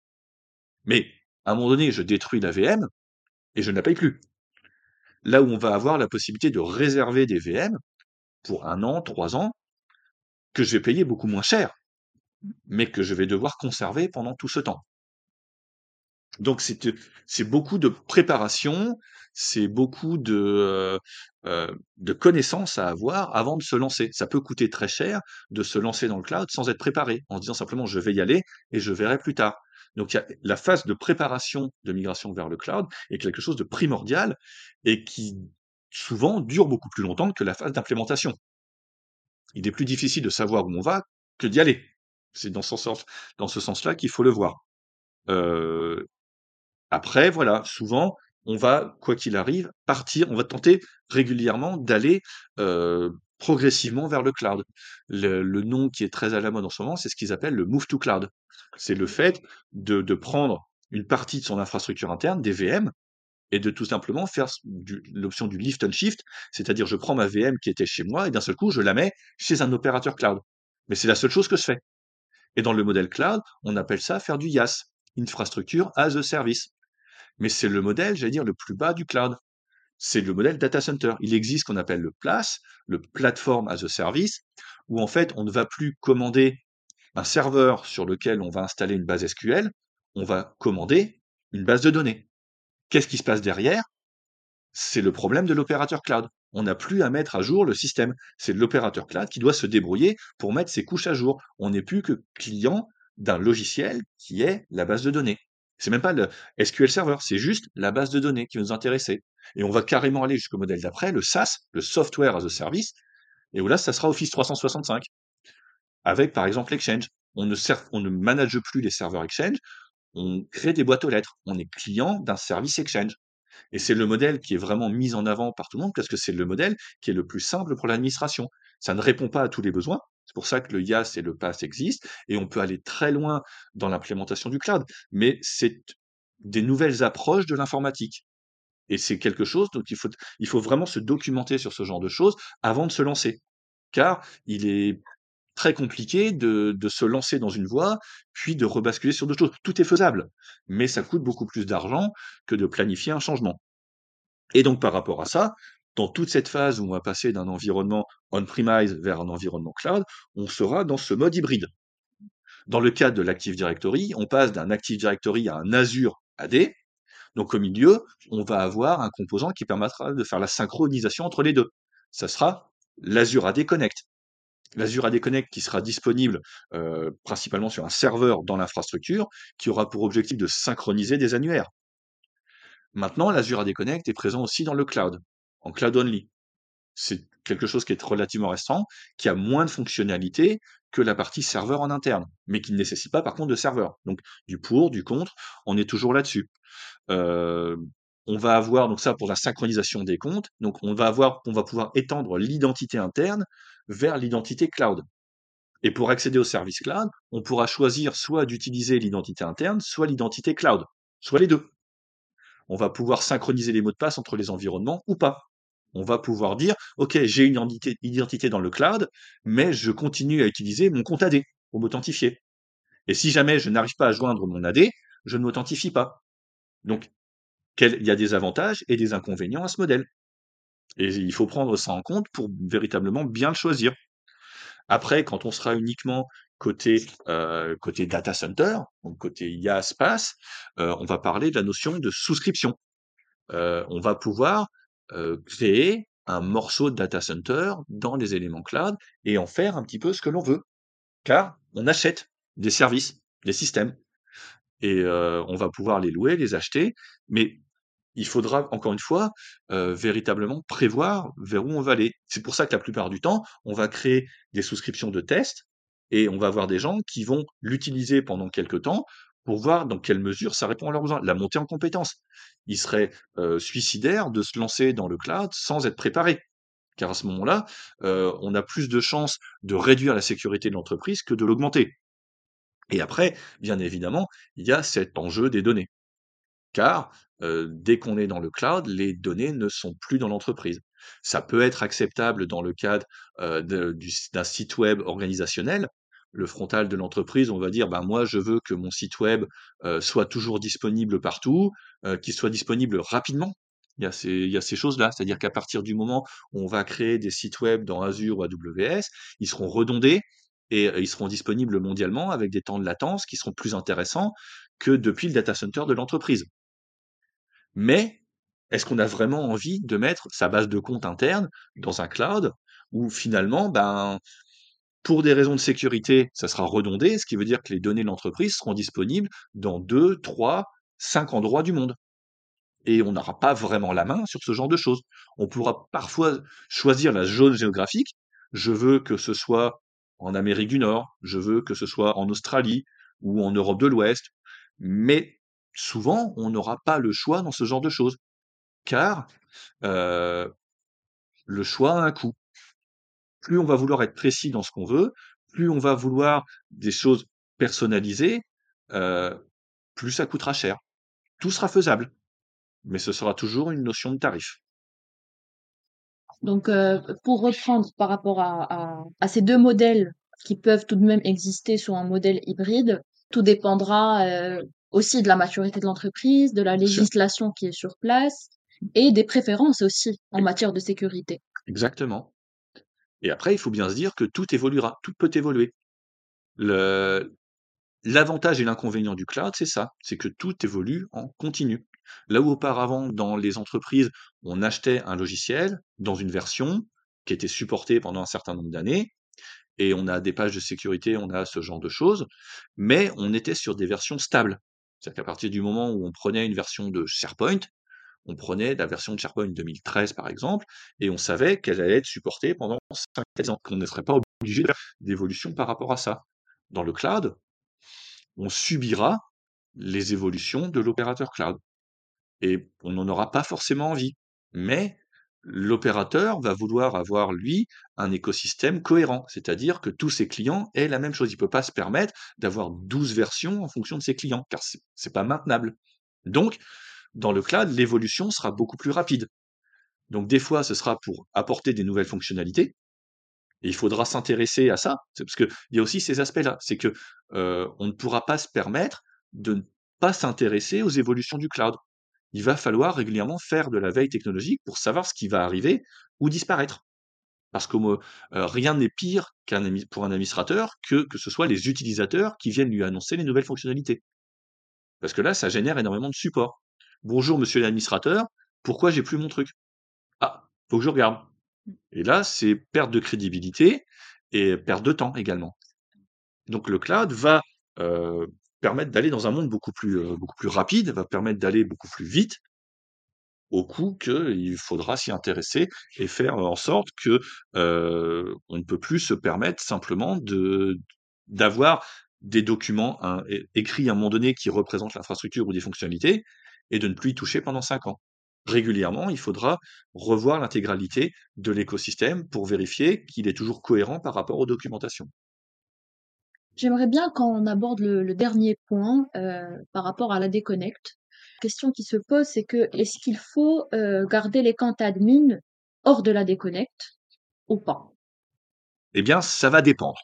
Mais à un moment donné, je détruis la V M et je ne la paye plus. Là où on va avoir la possibilité de réserver des V M pour un an, trois ans, que je vais payer beaucoup moins cher, mais que je vais devoir conserver pendant tout ce temps. Donc c'est, heu, c'est beaucoup de préparation, c'est beaucoup de, heu heu, de connaissances à avoir avant de se lancer. Ça peut coûter très cher de se lancer dans le cloud sans être préparé, en se disant simplement: «Je vais y aller et je verrai plus tard». Donc il y a la phase de préparation de migration vers le cloud est quelque chose de primordial et qui, souvent, dure beaucoup plus longtemps que la phase d'implémentation. Il est plus difficile de savoir où on va que d'y aller. C'est dans ce sens dans ce sens-là qu'il faut le voir. Heu Après, voilà, souvent, on va, quoi qu'il arrive, partir on va tenter régulièrement d'aller, heu, progressivement vers le cloud. Le le nom qui est très à la mode en ce moment, c'est ce qu'ils appellent le move to cloud. C'est le fait de de prendre une partie de son infrastructure interne, des V M, et de tout simplement faire s du l'option du lift and shift, c'est-à-dire je prends ma V M qui était chez moi et d'un seul coup, je la mets chez un opérateur cloud. Mais c'est la seule chose que je fais. Et dans le modèle cloud, on appelle ça faire du IaaS, Infrastructure as a Service. Mais c'est le modèle, j'allais dire, le plus bas du cloud. C'est le modèle data center. Il existe ce qu'on appelle le PLAS, le Platform as a Service, où en fait, on ne va plus commander un serveur sur lequel on va installer une base S Q L, on va commander une base de données. Qu'est-ce qui se passe derrière? C'est le problème de l'opérateur cloud. On n'a plus à mettre à jour le système. C'est l'opérateur cloud qui doit se débrouiller pour mettre ses couches à jour. On n'est plus que client d'un logiciel qui est la base de données. C'est même pas le S Q L Server, c'est juste la base de données qui nous intéressait. Et on va carrément aller jusqu'au modèle d'après, le SaaS, le Software as a Service, et où là, ça sera Office trois cent soixante-cinq, avec par exemple l'Exchange. On ne, ser- on ne manage plus les serveurs Exchange, on crée des boîtes aux lettres. On est client d'un service Exchange. Et c'est le modèle qui est vraiment mis en avant par tout le monde parce que c'est le modèle qui est le plus simple pour l'administration. Ça ne répond pas à tous les besoins. C'est pour ça que le IaaS et le PaaS existent et on peut aller très loin dans l'implémentation du cloud. Mais c'est des nouvelles approches de l'informatique. Et c'est quelque chose, donc il faut, il faut vraiment se documenter sur ce genre de choses avant de se lancer. Car il est très compliqué de de se lancer dans une voie, puis de rebasculer sur d'autres choses. Tout est faisable, mais ça coûte beaucoup plus d'argent que de planifier un changement. Et donc par rapport à ça, dans toute cette phase où on va passer d'un environnement on-premise vers un environnement cloud, on sera dans ce mode hybride. Dans le cadre de l'Active Directory, on passe d'un Active Directory à un Azure A D. Donc au milieu, on va avoir un composant qui permettra de faire la synchronisation entre les deux. Ça sera l'Azure A D Connect. L'Azure A D Connect qui sera disponible euh, principalement sur un serveur dans l'infrastructure, qui aura pour objectif de synchroniser des annuaires. Maintenant, l'Azure A D Connect est présent aussi dans le cloud, en cloud only. C'est quelque chose qui est relativement récent, qui a moins de fonctionnalités que la partie serveur en interne, mais qui ne nécessite pas par contre de serveur. Donc du pour, du contre, on est toujours là-dessus. Euh, on va avoir donc ça pour la synchronisation des comptes. Donc on va avoir, on va pouvoir étendre l'identité interne vers l'identité cloud. Et pour accéder au service cloud, on pourra choisir soit d'utiliser l'identité interne, soit l'identité cloud, soit les deux. On va pouvoir synchroniser les mots de passe entre les environnements ou pas. On va pouvoir dire, OK, j'ai une identité, identité dans le cloud, mais je continue à utiliser mon compte A D pour m'authentifier. Et si jamais je n'arrive pas à joindre mon A D, je ne m'authentifie pas. Donc, quel- il y a des avantages et des inconvénients à ce modèle. Et il faut prendre ça en compte pour véritablement bien le choisir. Après, quand on sera uniquement côté, euh, côté data center, donc côté I A Space, euh, on va parler de la notion de souscription. Euh, on va pouvoir euh, créer un morceau de data center dans les éléments cloud et en faire un petit peu ce que l'on veut, car on achète des services, des systèmes, et euh, on va pouvoir les louer, les acheter, mais il faudra, encore une fois, euh, véritablement prévoir vers où on va aller. C'est pour ça que la plupart du temps, on va créer des souscriptions de tests et on va avoir des gens qui vont l'utiliser pendant quelques temps pour voir dans quelle mesure ça répond à leurs besoins. La montée en compétences. Il serait euh, suicidaire de se lancer dans le cloud sans être préparé. Car à ce moment-là, euh, on a plus de chances de réduire la sécurité de l'entreprise que de l'augmenter. Et après, bien évidemment, il y a cet enjeu des données. Car euh, dès qu'on est dans le cloud, les données ne sont plus dans l'entreprise. Ça peut être acceptable dans le cadre euh, de- du- d'un site web organisationnel. Le frontal de l'entreprise, on va dire, ben moi, je veux que mon site web euh, soit toujours disponible partout, euh, qu'il soit disponible rapidement. Il y a ces, il y a ces choses-là, c'est-à-dire qu'à partir du moment où on va créer des sites web dans Azure ou A W S, ils seront redondés et euh, ils seront disponibles mondialement avec des temps de latence qui seront plus intéressants que depuis le data center de l'entreprise. Mais est-ce qu'on a vraiment envie de mettre sa base de compte interne dans un cloud où finalement, ben, pour des raisons de sécurité, ça sera redondé, ce qui veut dire que les données de l'entreprise seront disponibles dans deux, trois, cinq endroits du monde. Et on n'aura pas vraiment la main sur ce genre de choses. On pourra parfois choisir la zone géographique. Je veux que ce soit en Amérique du Nord, je veux que ce soit en Australie ou en Europe de l'Ouest, mais souvent, on n'aura pas le choix dans ce genre de choses, car euh, le choix a un coût. Plus on va vouloir être précis dans ce qu'on veut, plus on va vouloir des choses personnalisées, euh, plus ça coûtera cher. Tout sera faisable, mais ce sera toujours une notion de tarif. Donc, euh, pour reprendre par rapport à, à, à ces deux modèles qui peuvent tout de même exister sur un modèle hybride, tout dépendra euh, aussi de la maturité de l'entreprise, de la Bien sûr. législation qui est sur place et des préférences aussi en matière de sécurité. Exactement. Et après, il faut bien se dire que tout évoluera, tout peut évoluer. Le, L'avantage et l'inconvénient du cloud, c'est ça, c'est que tout évolue en continu. Là où auparavant, dans les entreprises, on achetait un logiciel dans une version qui était supportée pendant un certain nombre d'années, et on a des pages de sécurité, on a ce genre de choses, mais on était sur des versions stables. C'est-à-dire qu'à partir du moment où on prenait une version de SharePoint, on prenait la version de SharePoint deux mille treize par exemple, et on savait qu'elle allait être supportée pendant cinq ans, qu'on ne serait pas obligé de faire d'évolution par rapport à ça. Dans le cloud, on subira les évolutions de l'opérateur cloud. Et on n'en aura pas forcément envie. Mais l'opérateur va vouloir avoir, lui, un écosystème cohérent. C'est-à-dire que tous ses clients aient la même chose. Il ne peut pas se permettre d'avoir douze versions en fonction de ses clients, car c'est c'est pas maintenable. Donc, dans le cloud, l'évolution sera beaucoup plus rapide. Donc, des fois, ce sera pour apporter des nouvelles fonctionnalités, Et il faudra s'intéresser à ça. C'est parce qu'il y a aussi ces aspects-là. C'est que, heu, on ne pourra pas se permettre de ne pas s'intéresser aux évolutions du cloud. Il va falloir régulièrement faire de la veille technologique pour savoir ce qui va arriver ou disparaître. Parce que me heu, rien n'est pire qu'un admi pour un administrateur que que ce soit les utilisateurs qui viennent lui annoncer les nouvelles fonctionnalités. Parce que là, ça génère énormément de support. «Bonjour monsieur l'administrateur, pourquoi j'ai plus mon truc? Ah, faut que je regarde». Et là, c'est perte de crédibilité et perte de temps également. Donc le cloud va, heu, permettre d'aller dans un monde beaucoup plus, heu, beaucoup plus rapide, va permettre d'aller beaucoup plus vite, au coup qu'il faudra s'y intéresser et faire en sorte que, heu, on ne peut plus se permettre simplement de d'avoir des documents, hein, é écrits à un moment donné qui représentent l'infrastructure ou des fonctionnalités et de ne plus y toucher pendant cinq ans. Régulièrement, il faudra revoir l'intégralité de l'écosystème pour vérifier qu'il est toujours cohérent par rapport aux documentations. J'aimerais bien qu'on aborde le, le dernier point euh, par rapport à la déconnecte. La question qui se pose, c'est que est-ce qu'il faut euh, garder les comptes admin hors de la déconnecte ou pas? Eh bien, ça va dépendre.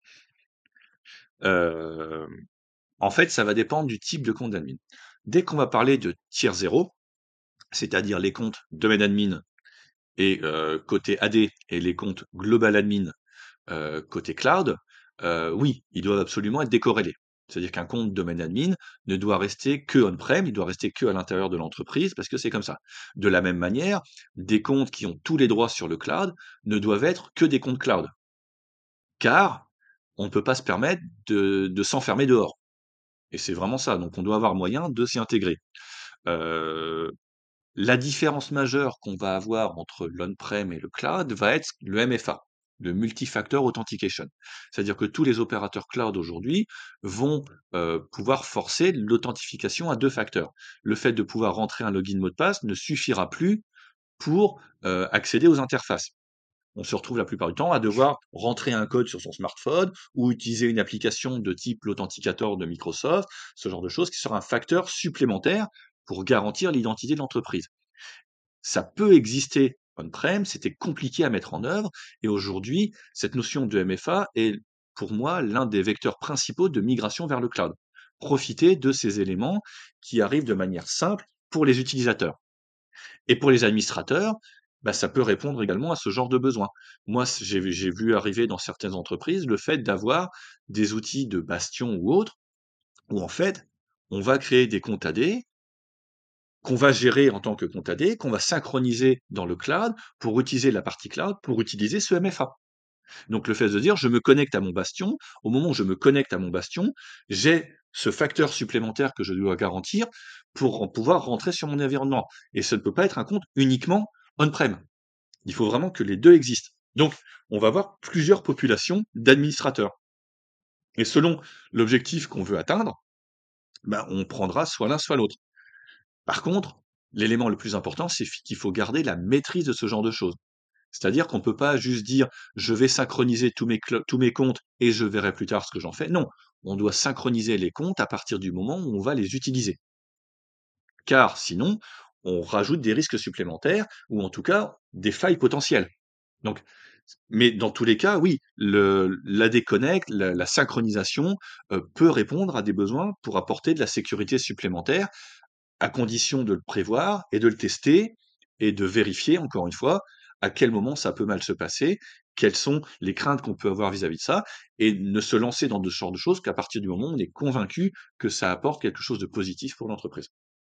Hem, En fait, ça va dépendre du type de compte d'admin. Dès qu'on va parler de tiers zéro, c'est-à-dire les comptes domaine admin et heu, côté A D et les comptes global admin, heu, côté cloud, heu, oui, ils doivent absolument être décorrélés. C'est-à-dire qu'un compte domaine admin ne doit rester que on-prem, il doit rester que à l'intérieur de l'entreprise parce que c'est comme ça. De la même manière, des comptes qui ont tous les droits sur le cloud ne doivent être que des comptes cloud, car on ne peut pas se permettre de de s'enfermer dehors et c'est vraiment ça, donc on doit avoir moyen de s'y intégrer. Heu La différence majeure qu'on va avoir entre l'on-prem et le cloud va être le M F A, le Multi-Factor Authentication. C'est-à-dire que tous les opérateurs cloud aujourd'hui vont euh, pouvoir forcer l'authentification à deux facteurs. Le fait de pouvoir rentrer un login mot de passe ne suffira plus pour euh, accéder aux interfaces. On se retrouve la plupart du temps à devoir rentrer un code sur son smartphone ou utiliser une application de type l'authenticator de Microsoft, ce genre de choses qui sera un facteur supplémentaire pour garantir l'identité de l'entreprise. Ça peut exister on-prem, c'était compliqué à mettre en œuvre et aujourd'hui, cette notion de M F A est pour moi l'un des vecteurs principaux de migration vers le cloud. Profiter de ces éléments qui arrivent de manière simple pour les utilisateurs. Et pour les administrateurs, bah, ça peut répondre également à ce genre de besoin. Moi, c- j'ai vu j'ai vu arriver dans certaines entreprises le fait d'avoir des outils de bastion ou autres, où en fait, on va créer des comptes A D, qu'on va gérer en tant que compte A D, qu'on va synchroniser dans le cloud pour utiliser la partie cloud, pour utiliser ce M F A. Donc le fait de dire, je me connecte à mon bastion, au moment où je me connecte à mon bastion, j'ai ce facteur supplémentaire que je dois garantir pour en pouvoir rentrer sur mon environnement. Et ce ne peut pas être un compte uniquement on-prem. Il faut vraiment que les deux existent. Donc, on va avoir plusieurs populations d'administrateurs. Et selon l'objectif qu'on veut atteindre, ben, on prendra soit l'un, soit l'autre. Par contre, l'élément le plus important, c'est f qu'il faut garder la maîtrise de ce genre de choses. C'est-à-dire qu'on ne peut pas juste dire: «Je vais synchroniser tous mes cl tous mes comptes et je verrai plus tard ce que j'en fais». Non, on doit synchroniser les comptes à partir du moment où on va les utiliser. Car sinon, on rajoute des risques supplémentaires ou en tout cas des failles potentielles. Donc mais dans tous les cas, oui, le la déconnecte, la la synchronisation, heu, peut répondre à des besoins pour apporter de la sécurité supplémentaire à condition de le prévoir et de le tester et de vérifier encore une fois à quel moment ça peut mal se passer, quelles sont les craintes qu'on peut avoir vis-à-vis de ça et ne se lancer dans de ce genre de choses qu'à partir du moment où on est convaincu que ça apporte quelque chose de positif pour l'entreprise.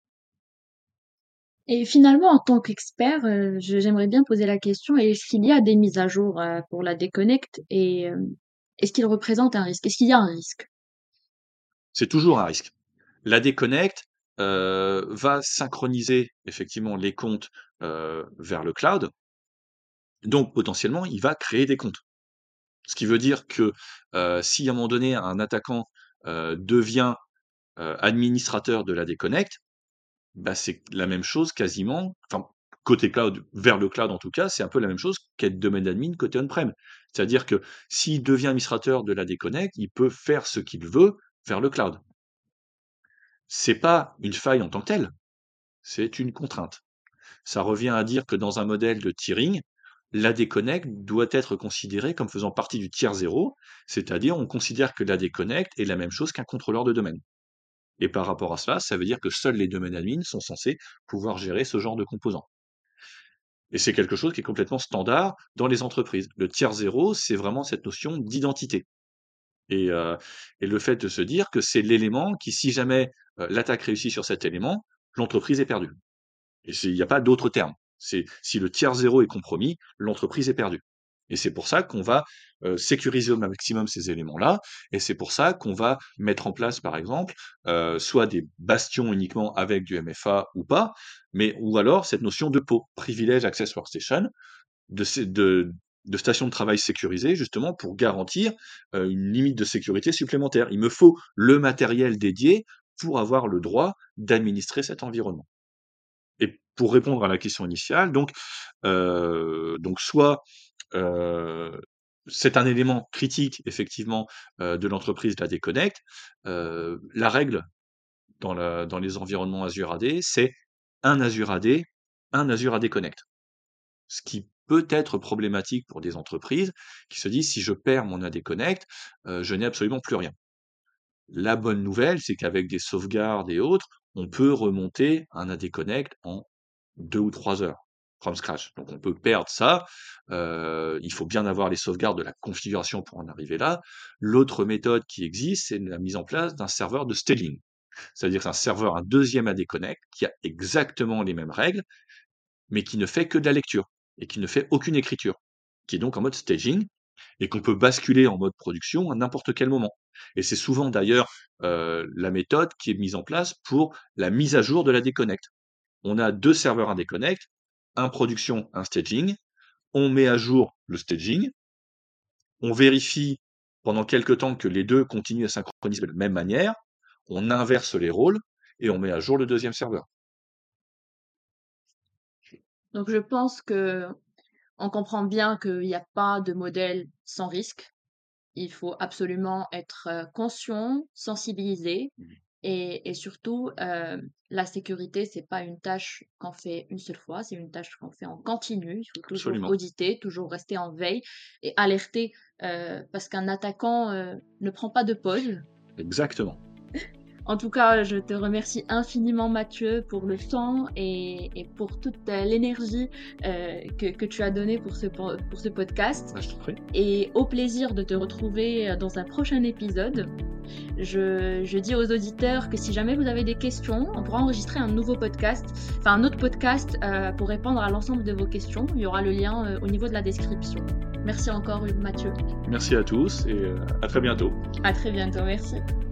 Et finalement, en tant qu'expert, euh, je- j'aimerais bien poser la question, est-ce qu'il y a des mises à jour euh, pour la déconnecte et euh, est-ce qu'il représente un risque? Est-ce qu'il y a un risque? C'est toujours un risque. La déconnecte, heu, va synchroniser effectivement les comptes, heu, vers le cloud, donc potentiellement il va créer des comptes. Ce qui veut dire que, heu, si à un moment donné un attaquant, heu, devient, heu, administrateur de la déconnecte, bah, c'est la même chose quasiment, enfin, côté cloud, vers le cloud en tout cas, c'est un peu la même chose qu'être domaine admin côté on-prem. C'est-à-dire que s'il devient administrateur de la déconnecte, il peut faire ce qu'il veut vers le cloud. C'est pas une faille en tant que telle, c'est une contrainte. Ça revient à dire que dans un modèle de tiering, l'A D Connect doit être considéré comme faisant partie du tiers zéro, c'est-à-dire on considère que l'A D Connect est la même chose qu'un contrôleur de domaine. Et par rapport à cela, ça veut dire que seuls les domaines admins sont censés pouvoir gérer ce genre de composants. Et c'est quelque chose qui est complètement standard dans les entreprises. Le tiers zéro, c'est vraiment cette notion d'identité. Et, euh, et le fait de se dire que c'est l'élément qui, si jamais euh, l'attaque réussit sur cet élément, l'entreprise est perdue. Et il n'y a pas d'autre terme. C'est si le tiers zéro est compromis, l'entreprise est perdue. Et c'est pour ça qu'on va euh, sécuriser au maximum ces éléments-là, et c'est pour ça qu'on va mettre en place, par exemple, euh, soit des bastions uniquement avec du M F A ou pas, mais ou alors cette notion de P O, Privilege Access Workstation, de, sé- de, de station de travail sécurisée, justement pour garantir euh, une limite de sécurité supplémentaire. Il me faut le matériel dédié pour avoir le droit d'administrer cet environnement. Et pour répondre à la question initiale, donc, euh, donc soit euh, c'est un élément critique, effectivement, euh, de l'entreprise, la déconnecte. Euh, la règle dans, la, dans les environnements Azure A D, c'est un Azure A D, un Azure A D Connect. Ce qui peut être problématique pour des entreprises qui se disent si je perds mon A D Connect, euh, je n'ai absolument plus rien. La bonne nouvelle, c'est qu'avec des sauvegardes et autres, on peut remonter un A D Connect en deux ou trois heures from scratch. Donc on peut perdre ça. Euh, il faut bien avoir les sauvegardes de la configuration pour en arriver là. L'autre méthode qui existe, c'est la mise en place d'un serveur de staging. C'est-à-dire que c'est un serveur, un deuxième A D Connect, qui a exactement les mêmes règles, mais qui ne fait que de la lecture et qui ne fait aucune écriture, qui est donc en mode staging et qu'on peut basculer en mode production à n'importe quel moment. Et c'est souvent d'ailleurs euh, la méthode qui est mise en place pour la mise à jour de la l'A D Connect. On a deux serveurs A D Connect, un production, un staging. On met à jour le staging. On vérifie pendant quelques temps que les deux continuent à synchroniser de la même manière. On inverse les rôles et on met à jour le deuxième serveur. Donc je pense que on comprend bien qu'il n'y a pas de modèle sans risque. Il faut absolument être euh, conscient, sensibilisé Mmh. et, et surtout, euh, la sécurité, c'est pas une tâche qu'on fait une seule fois, c'est une tâche qu'on fait en continu. Il faut toujours Absolument. auditer, toujours rester en veille et alerter euh, parce qu'un attaquant euh, ne prend pas de pause. Exactement. En tout cas, je te remercie infiniment Mathieu pour le temps et, et pour toute euh, l'énergie euh, que, que tu as donnée pour ce, pour ce podcast. Ah, je t'en prie. Et au plaisir de te retrouver dans un prochain épisode. Je, je dis aux auditeurs que si jamais vous avez des questions, on pourra enregistrer un nouveau podcast, enfin un autre podcast euh, pour répondre à l'ensemble de vos questions. Il y aura le lien euh, au niveau de la description. Merci encore Mathieu. Merci à tous et euh, à très bientôt. À très bientôt, merci.